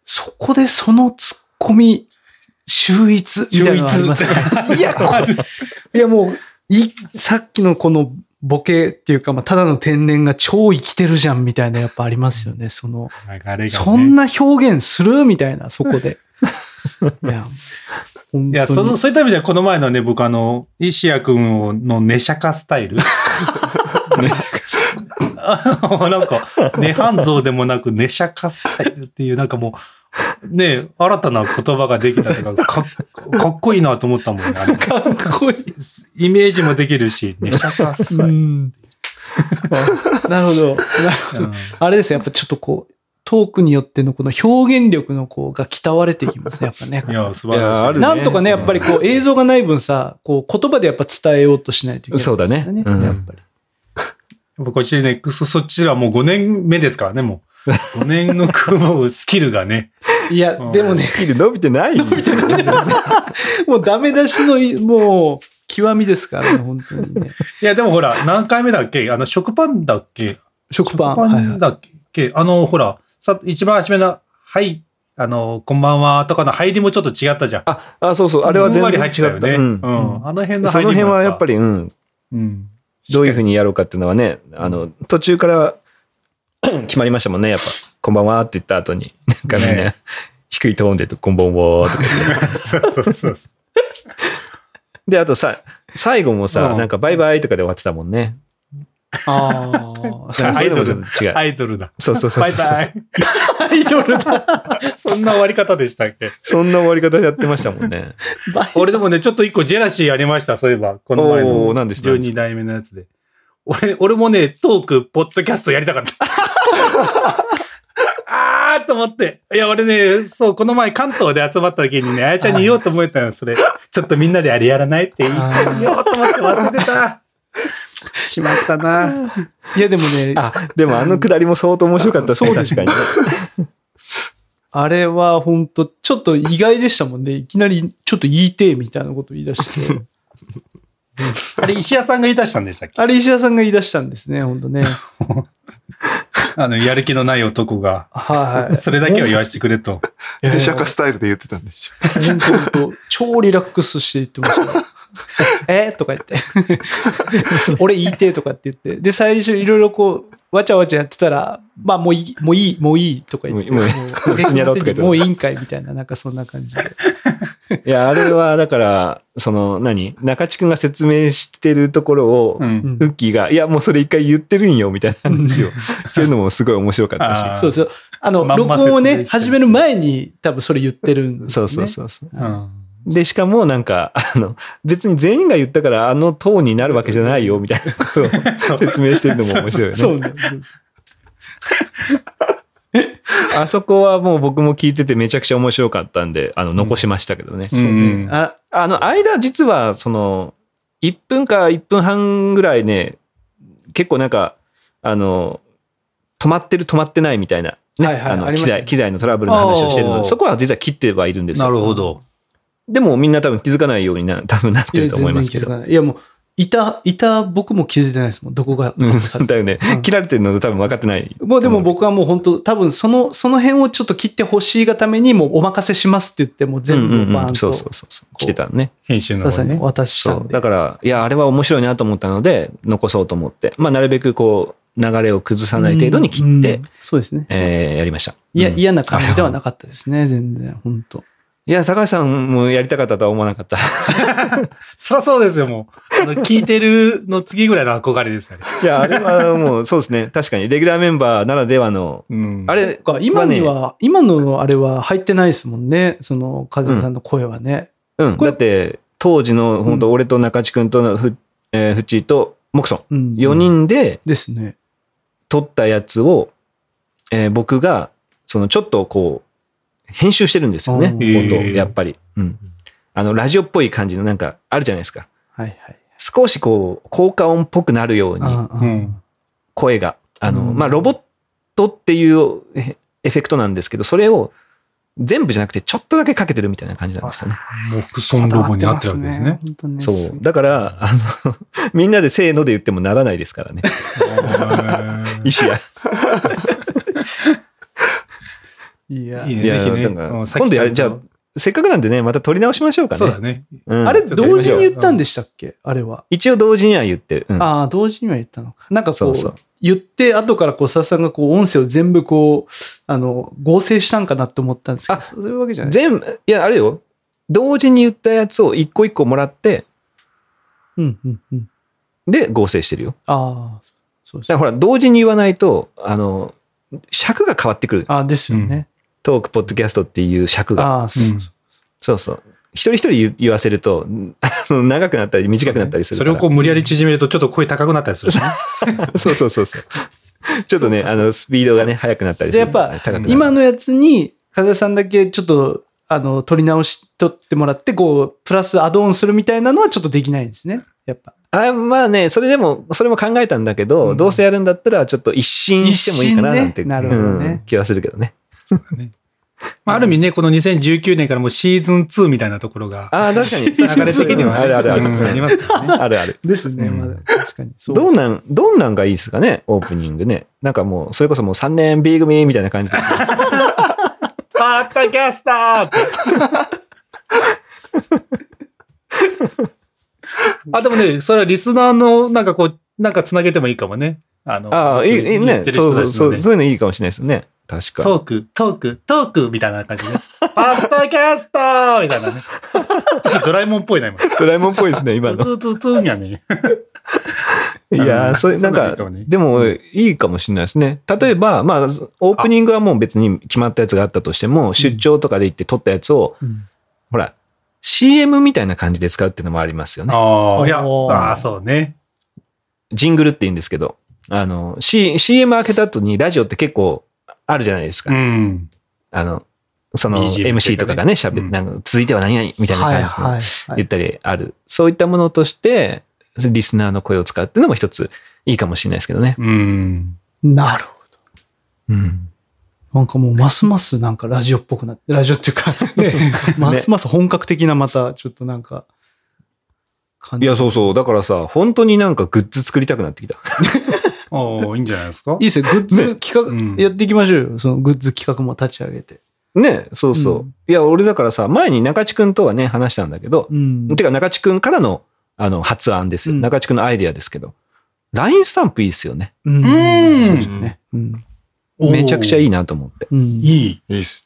そこでそのツッコミ、秀逸みたいなのありますね。いや、これ、いやもう、い、さっきのこのボケっていうか、まあ、ただの天然が超生きてるじゃんみたいなやっぱありますよね。その、 ね、 そんな表現するみたいな、そこで。いや、 いや、その、そういった意味じゃ、この前のね、僕あの、石谷くんのネシャカスタイル。なんか、ネハンゾウでもなく、ネシャカスタイルっていう、なんかもう、ね、新たな言葉ができたとか、かっ、かっこいいなと思ったもんね。 かっこいい。 イメージもできるし、ネシャカスタイル。 なるほど。なるほど。あれですね、やっぱちょっとこう、トークによってのこの表現力のこうが鍛われてきますね、やっぱね。 いや、素晴らしい。 なんとかね、やっぱりこう映像がない分さ、こう言葉でやっぱ伝えようとしないといけない、ね。 そうだね。 うん、やっぱり。 こっちね、そ、そっちはもうごねんめですからね、もう。ごねんのもうスキルがね。 いや、でもね。 スキル伸びてない伸びてない。 もうダメ出しの、もう、極みですからね、本当にね。 いや、でもほら、何回目だっけあの、食パンだっけ食パン。 食パンだっけ、はいはい、あの、ほら、さ、一番初めの、はい、あの、こんばんはとかの入りもちょっと違ったじゃん。 あ、あそうそう、あれは全然違った。 よね。うん。うん、あの辺の入りもその辺はやっぱり、うん。うん。どういうふうにやろうかっていうのはね、あの、途中から決まりましたもんね、やっぱ。こんばんはって言った後に、なんかね、ね低いトーンで、こんばんはとかそうそうそう。 で、あとさ、最後もさ、うん、なんかバイバイとかで終わってたもんね。 ああ。 アイドル。違う。アイドルだ。 そうそうそうそう。 バイバイ。アイドルだ。そんな終わり方でしたっけ？ そんな終わり方やってましたもんね。 俺でもね、ちょっと一個ジェラシーありました、そういえば。この前のじゅうに代目のやつで。俺、俺もね、トーク、ポッドキャストやりたかった。あーと思って。いや、俺ね、そう、この前関東で集まった時にね、あやちゃんに言おうと思ったの、それ。ちょっとみんなであれやらないって言おうと思って忘れてた。しまったな。 いやでもね、 あ、でもあのくだりも相当面白かったですね、確かに。 あれは本当ちょっと意外でしたもんね。いきなりちょっと言いてえみたいなこと言い出して。 あれ石屋さんが言い出したんでしたっけ？ あれ石屋さんが言い出したんですね、本当ね。 あの、やる気のない男が。 はい。 それだけは言わせてくれと。 ネシャカスタイルで言ってたんでしょ。 本当本当超リラックスして言ってました。えとか言って。俺言いてとかって言って。で、最初いろいろこう、わちゃわちゃやってたら、まあもういい、もういい、もういいとか言って。もう、普通にやろうとか言って。もういいんかいみたいな、なんかそんな感じで。 いや、あれはだから、その何、中地くんが説明してるところを、うん、フッキーが、いや、もうそれ一回言ってるんよ、みたいな話をしてるのもすごい面白かったし。 そうそう。あの、まんま録音をね、始める前に多分それ言ってるんですよね。 そうそうそうそう。うんで、しかもなんか、あの、別に全員が言ったからあのトーンになるわけじゃないよ、みたいなことを説明してるのも面白いよね。そうなんです。あそこはもう僕も聞いててめちゃくちゃ面白かったんで、あの、残しましたけどね。うん、そうね。あ、あの、間実は、その、いっぷんかいっぷんはんぐらいね、結構なんか、あの、止まってる止まってないみたいな、ね。はいはい、あの、機材、機材のトラブルの話をしてるので、そこは実は切ってはいるんですよ。 なるほど。 でもみんな多分気づかないようにな、多分なってると思いますけど。いや、 いやもう、いた、いた僕も気づいてないですもん。どこが。 だよね、うん。切られてるので多分分かってない。 もうでも僕はもう本当、多分その、その辺をちょっと切ってほしいがために、もうお任せしますって言って、もう全部バーンと。 そうそうそうそう。来てたね。 編集の方に、ね。 渡したんで。 だから、いや、あれは面白いなと思ったので、残そうと思って。まあ、なるべくこう、流れを崩さない程度に切って、うんうん、 そうですね。 えー、やりました。 いや、うん、嫌な感じではなかったですね、全然、本当。 いや、高橋さんもやりたかったとは思わなかった。 そりゃそうですよ、もう。あの聞いてるの次ぐらいの憧れですよね。 いや、あれはもうそうですね。確かに、レギュラーメンバーならではの。うん、あれか、今には、ね、今のあれは入ってないですもんね。その、風間さんの声はね。 うん。うん、だって、当時の、本当、うん、俺と中地君とのふ、えー、フッチーとモクソン、うん、よにんで、 ですね。 撮ったやつを、えー、僕が、その、ちょっとこう、編集してるんですよね。音、やっぱり。うん。あの、ラジオっぽい感じのなんか、あるじゃないですか。 はいはい。 少しこう、効果音っぽくなるように、声が。あの、まあ、ロボットっていうエフェクトなんですけど、それを全部じゃなくて、ちょっとだけかけてるみたいな感じなんですよね。 モクソンロボになってるわけですね。 そう。だから、あの、みんなでせーので言ってもならないですからね。石や。 いいや、 いいね。 いやぜひね。 なんかうん今度やるじゃあせっかくなんでね、また撮り直しましょうかね。 そうだね。 うんあれ、 ちょっとやりましょう同時に言ったんでしたっけあれは。 一応同時には言ってる。うんああ、同時には言ったのか。なんかこう、 そうそう言って、後からこう、佐々さんがこう、音声を全部こう、あの、合成したんかなって思ったんですけど、 あそういうわけじゃない。 全部、いや、あれよ。同時に言ったやつを一個一個もらって、 うん、うん、うん。 で、合成してるよ。 ああ、そうですだからほら、同時に言わないと、あの、尺が変わってくる。 ああ、ですよね。 トーク、ポッドキャストっていう尺が。 ああ、そうそう。 そうそう。一人一人言言わせると、あの長くなったり短くなったりするから。 それをこう無理やり縮めるとちょっと声高くなったりするしね。 そうそうそうそう。ちょっとね、あの、スピードがね、速くなったりすで、 る。 やっぱ高くなる今のやつに、風さんだけちょっと、あの、取り直し、取ってもらって、こう、プラスアドオンするみたいなのはちょっとできないんですね。やっぱ。 あまあね、それでも、それも考えたんだけど、 うんどうせやるんだったら、ちょっと一新してもいいかな、なんて、 一新ねなるほどねうん気はするけどね。 まあ、ある意味ね、このにせんじゅうきゅうねんからもうシーズンツーみたいなところが、 ああ、確かに。 流れ的にはあるあるある。 うんありますよね。 あるある。 ですね。 うんまだ確かに。そうどんなん、どんなんがいいですかね、オープニングね。なんかもう、それこそもうさんねん B 組みたいな感じで。 パッドキャスターってあ、でもね、それはリスナーのなんかこう、なんかつなげてもいいかもね。あの、 ああ、いい、いいね言って。るそうそうそう、 人たちのねそういうのいいかもしれないですね。確かトーク、トーク、トークみたいな感じでね。パッドキャスターみたいなね。ちょっとドラえもんっぽいな、今。 ドラえもんっぽいですね、今トゥの。 トゥトゥトゥやね。 いやー、 うんそれ、なんかそういうのいいかもね、 でも、いいかもしれないですね。例えば、まあ、オープニングはもう別に決まったやつがあったとしても、出張とかで行って撮ったやつを、 うんほら、シーエム みたいな感じで使うっていうのもありますよね。 ああ、いや、 おーああ、そうね。 ジングルって言うんですけど、あの、C、シーエム 開けた後にラジオって結構あるじゃないですか。 うん。 あの、そのビージーエムエムシー とかがね、喋うんって、なんか続いては何々みたいなはい感じではいはい。 言ったりある。そういったものとして、リスナーの声を使うっていうのも一ついいかもしれないですけどね。 うん。 なるほうん。 ど。なんかもうますますなんかラジオっぽくなって、ラジオっていうか、ね、ますます本格的なまたちょっとなんか、感いや、そうそう。だからさ、本当になんかグッズ作りたくなってきた。 おおいいんじゃないですかいいですよ。グッズ企画、 うんやっていきましょうよ。そのグッズ企画も立ち上げて。 ね、そうそう。 うんいや、俺だからさ、前に中地くんとはね、話したんだけど、 うん。 てか中地くんからの、あの、発案ですよ。 うん中地くんのアイディアですけど。ライン スタンプいいっすよね。 うん。 うんそうですね。うん。 めちゃくちゃいい。 いなと思って。 うん。 いい。 いいっす。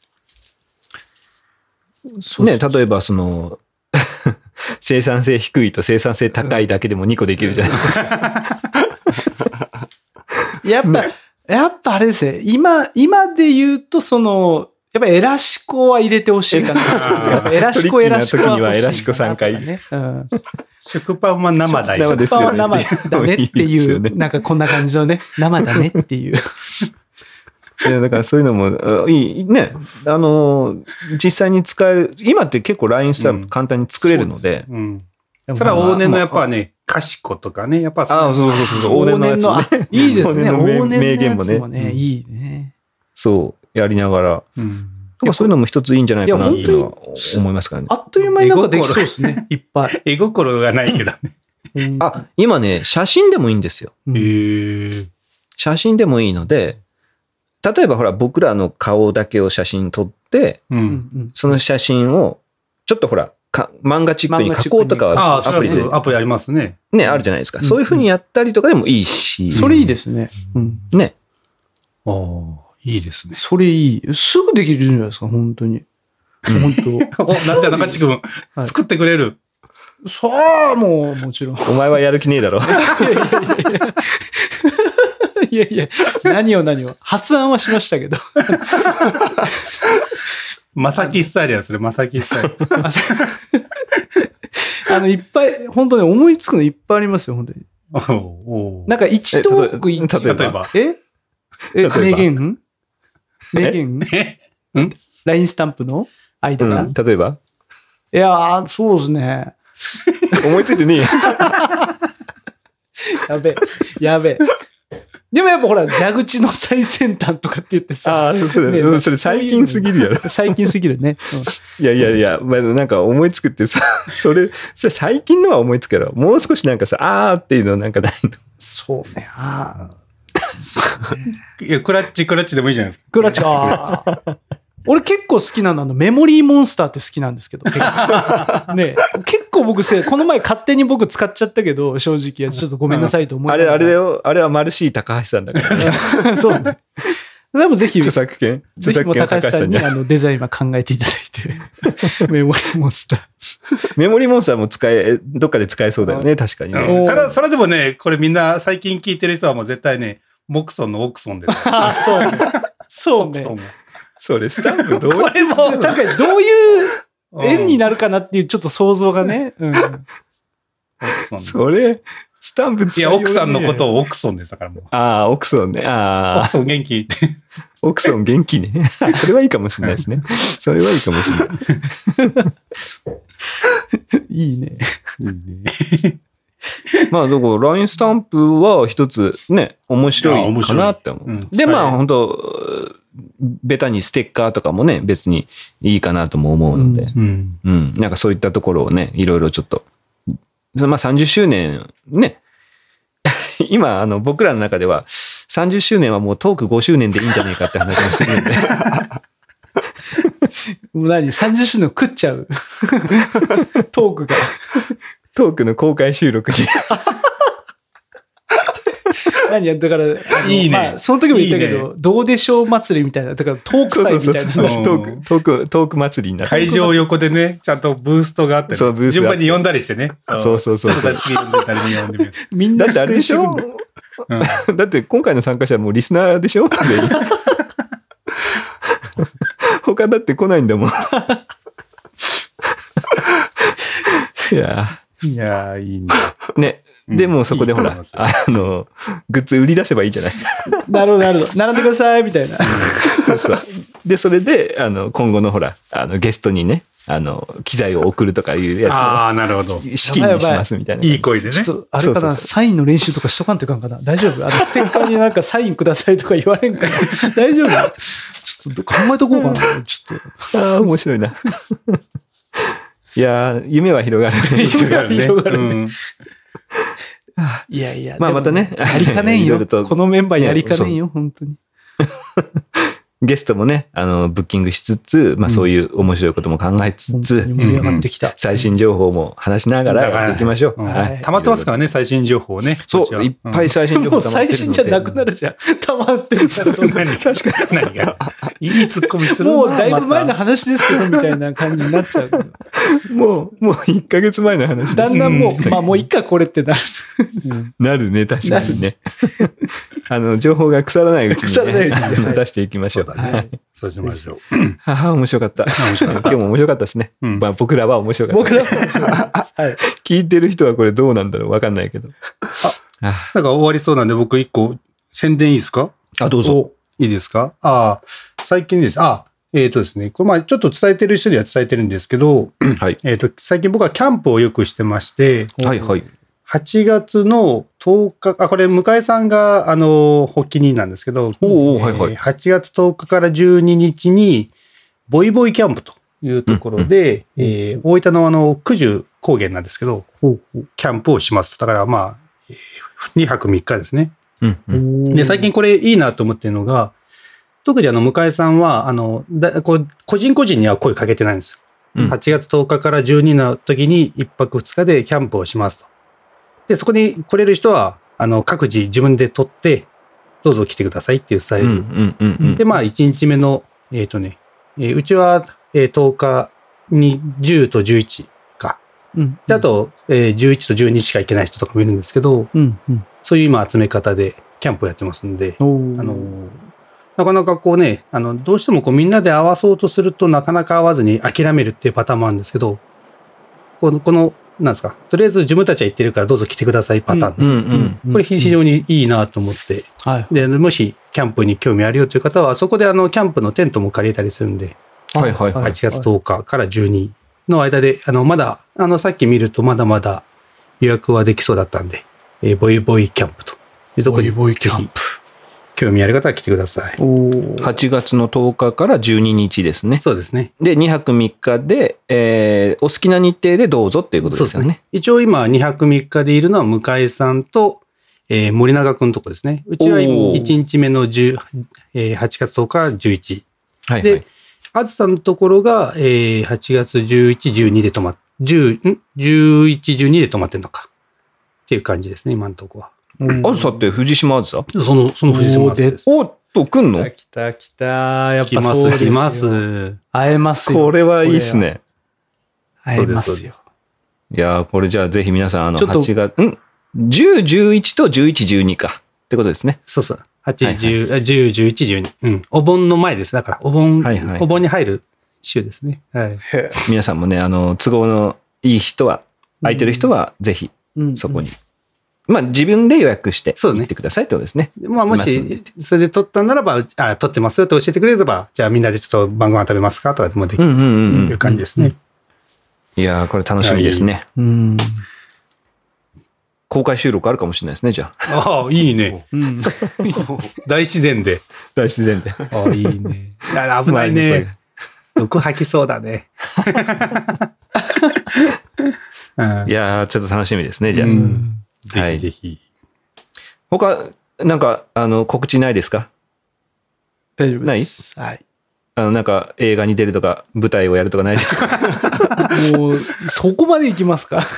そうね、例えばその、生産性低いと生産性高いだけでもにこできるじゃないですか。 やっぱ、やっぱあれですね。今、今で言うと、その、やっぱエラシコは入れてほしいかな。やっぱエラシコ、エラシコは欲しいかなとかね。 トリッキーな時にはエラシコさんかいうん。 食パンは生大丈夫。 生ですよね食パンは生だねっていいですいう、 よねなんかこんな感じのね、生だねっていう。 いや、だからそういうのも、あいい、ね、あの、実際に使える、今って結構 ライン スタンプ簡単に作れるので、 うん。それは往年のやっぱね、賢とかね、やっぱああ、そうそうそうそう、往年のやつあね。 いいですね。 往年の名往年のやつ名言もねもね、いいね。 そう、やりながら、 うん。 なんかそういうのも一ついいんじゃないかなっていやいうのは思いますからねあ。っという間になんかできそうですね。いっぱい。 絵心がないけどね。 うんあ、今ね、写真でもいいんですよ。 うんへえ。 写真でもいいので、例えばほら、僕らの顔だけを写真撮って、 う。 うんんその写真を、ちょっとほら、か漫画チックに加工とかあはあ、それはアプリですぐアプリありますね。 ね、あるじゃないですか。 うんそういうふうにやったりとかでもいいし、 それいいですね。うん。 ね。 ああ、いいですね。 それいい。すぐできるんじゃないですか、本当に。本お、なんじゃ中地君、 はい作ってくれる。 当。さあ、もう、もちろん。 お前はやる気ねえだろ。 いやいや、何を何を。発案はしましたけど。 まさきスタイルや、それ、まさきスタイル。 あそうあの、いっぱい、本当に思いつくのいっぱいありますよ、本当に。 おおなんか一トーク一え例えば例えば。 ええ、 例えば名言名言えライン スタンプの間が、 うん、例えばいやー、そうですね。 思いついてねえよ。 やべえ、やべえ。でもやっぱほら、蛇口の最先端とかって言ってさ、 ああ、それ、 ねうんそれ最近すぎるやろ。 最近すぎるね。 いやいやいや、まあ、なんか思いつくってさ、それ、それ最近のは思いつくけど、もう少しなんかさ、あーっていうのなんかないの。 そうね。ああ。 いや、クラッチ、クラッチでもいいじゃないですか。 クラッチ、ああ。 俺結構好きなのあのメモリーモンスターって好きなんですけど。結構ね、結構僕せ、この前勝手に僕使っちゃったけど、正直ちょっとごめんなさいと思いあれ、あれだよ。あれはマルシー高橋さんだから、ね。 そうね。でもぜひ、 著作権、 ぜひも高橋さんにあのデザインは考えていただいて。メモリーモンスター。 メモリーモンスターも使え、どっかで使えそうだよね、確かにね。 うん、それは、それでもね、これみんな最近聞いてる人はもう絶対ね、モクソンのオクソンです。 ああ、そうね。そうね。 それスタンプどうこれも、確かにどういう円になるかなっていうちょっと想像がね。うん。 それ、スタンプ使いや、奥さんのことをオクソンですだからもう。 ああ、オクソンね。ああ。 オクソン元気って。 オクソン元気ね。それはいいかもしれないですね。それはいいかもしれない。 いいね。 いいね。 まあ、だから ライン スタンプは一つね、面白いかなって思う。うん、で、まあ、本当ベタにステッカーとかもね、別にいいかなとも思うので、うん。うん。なんかそういったところをね、いろいろちょっと、まあさんじゅっしゅうねんね、今、あの、僕らの中では、さんじゅっしゅうねんはもうトークごしゅうねんでいいんじゃないかって話をしてるんで。 もう何 ?さんじゅっしゅうねんを食っちゃう。トークが。 トークの公開収録に。 何や、だから、 いいね。 まあ、その時も言ったけど、いいね、どうでしょう祭りみたいな、だからトーク祭みたいな。 そうそうそうトーク、トーク、トーク祭りになる。 会場横でね、ちゃんとブーストがあって、ね、そう、ブースト順番に呼んだりしてね。 そうそうそうそう。 次呼んで誰に呼んでみる。 みんなだってあれでしょ、うん、だって今回の参加者はもうリスナーでしょ他だって来ないんだもん。いやいやー、いいね。 ね。でもそこでほら、いいあの、グッズ売り出せばいいじゃない。 なるほど、なるほど。並んでください、みたいな。 そうそう。で、それで、あの、今後のほら、あの、ゲストにね、あの、機材を送るとかいうやつを。 ああ、なるほど。 資金にしますみたいな。 いい声でね。 ちょっと、あれかな、そうそうそうサインの練習とかしとかんといかんかな。大丈夫あの、ステッカーになんかサインくださいとか言われんかな。大丈夫ちょっと考えとこうかな。ちょっと。 ああ、面白いな。いやー、夢は広がるね。 広がるね。広がるね。うんいやいや、 まあまたね、 やりかねんよ。このメンバーやりかねんよ、本当に。 ゲストもね、あの、ブッキングしつつ、まあそういう面白いことも考えつつ、 盛り上がってきた。 最新情報も話しながらやっていきましょう。 はい。溜まってますからね、最新情報ね。 そう、いっぱい最新情報溜まってるので。 もう最新じゃなくなるじゃん。溜まってるから。 確かに。何が。いいツッコミするな。 もうだいぶ前の話ですけど、みたいな感じになっちゃう。 もう、もういっかげつまえの話です。 だんだんもう、まあもういっかこれってなる。 なるね、確かにね。あの、情報が腐らないうちにね、出していきましょう。 はい。そうしましょう。 はあ、面白かった。今日も面白かったですね。まあ僕らは面白かった。 僕らは面白かった。はい。 聞いてる人はこれどうなんだろうわかんないけど。 あ、なんか終わりそうなんで僕一個宣伝いいですか？ あ、どうぞ。 いいですか？ああ、最近です。あ、えっとですね。これまあちょっと伝えてる人には伝えてるんですけど、 はい。 えっと、最近僕はキャンプをよくしてまして、 はいはい。 はちがつのとおか、あ、これ、向井さんが、あの、発起人なんですけど、 おおはいはい。 はちがつとおかからじゅうににちに、ボイボイキャンプというところで、うんうん、えー、大分のあの、九十高原なんですけど、キャンプをしますと。だからまあ、にはくみっかですね。 うんうん、 で、最近これいいなと思ってるのが、特にあの、向井さんは、あの、だこう個人個人には声かけてないんですよ。うん、はちがつとおかからじゅうにの時にいっぱくふつかでキャンプをしますと。で、そこに来れる人は、あの、各自自分で取って、どうぞ来てくださいっていうスタイル。 うんうんうんうん、 で、まあ、いちにちめの、えっ、ー、とね、えー、うちは、えー、とおかにじゅうとじゅういちか。うん、で、あと、えー、じゅういちとじゅうにしか行けない人とかもいるんですけど、 うんうん、 そういう今集め方でキャンプをやってますんで、あの、なかなかこうね、あの、どうしてもこうみんなで合わそうとするとなかなか合わずに諦めるっていうパターンもあるんですけど、この、この、なんですか、とりあえず自分たちは行ってるからどうぞ来てくださいパターン、ねうんうんうん、 これ非常にいいなと思って、 はい、 でもしキャンプに興味あるよという方はそこであのキャンプのテントも借りれたりするんで、 はいはいはい、 はちがつとおかからじゅうにの間であのまだあのさっき見るとまだまだ予約はできそうだったんで、えー、ボイボイキャンプというところにボイボイキャンプ興味ある方は来てください。 はちがつのとおかからじゅうににちですね。 そうですね。 で、にはくみっかで、えー、お好きな日程でどうぞっていうことですよね。そうですね。 一応今にはくみっかでいるのは向井さんと、えー、森永くんとこですね。うちはいちにちめのじゅう、えー、はちがつとおかじゅういち。 はいはい、 で、 あずさんのところが、えー、はちがつじゅういち、じゅうにで止まっ、じゅう、ん ?じゅういち、じゅうにで止まってんのか。っていう感じですね、今のところは。 あずさって藤島あずさその、その藤島あずさです。 おっと、来んの来た来た。やっ来まぱそうですすよ。 来ます。 会えますよ。 これはいいっすね。 会えますよ。 いやー、これじゃあぜひ皆さん、あの、 ちょっとはちがつ、ん ?じゅう、じゅういちとじゅういち、じゅうにか。ってことですね。 そうそう。はち、 はいはいじゅう、じゅう、じゅういち、じゅうに。うん。お盆の前です。だから、お盆、 はいはいお盆に入る週ですね。はい。 へえ皆さんもね、あの、都合のいい人は、空いてる人は、ぜひ、 うんそこに。まあ、自分で予約して、 そうね行ってくださいってことですね。 でまあ、もいますんでし、それで撮ったならば、あ、撮ってますよと教えてくれれば、じゃあみんなでちょっと晩ご飯食べますかとかでもできるうんうんうんうん。 いう感じですね。 いやー、これ楽しみですね。 うん。 公開収録あるかもしれないですね、じゃあ。 ああ、いいね。 うん。 大自然で。 大自然で。 ああ、いいね。いや危ないね。毒吐きそうだね。うんいやー、ちょっと楽しみですね、じゃあ。 うんぜはいひぜひ。 他、なんか、あの、告知ないですか？ 大丈夫です。はい。 あの、なんか、映画に出るとか、舞台をやるとかないですか？ もう、そこまで行きますか？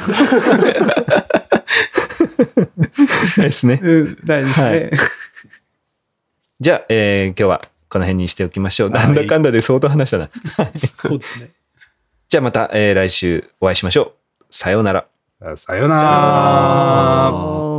ないですね。 うん、大丈夫ですね。 じゃあ、えー今日はこの辺にしておきましょう。なんだかんだで相当話したな。 そうですね。 じゃあまた、えー来週お会いしましょう。さようなら。 さようなさよなら。 ら。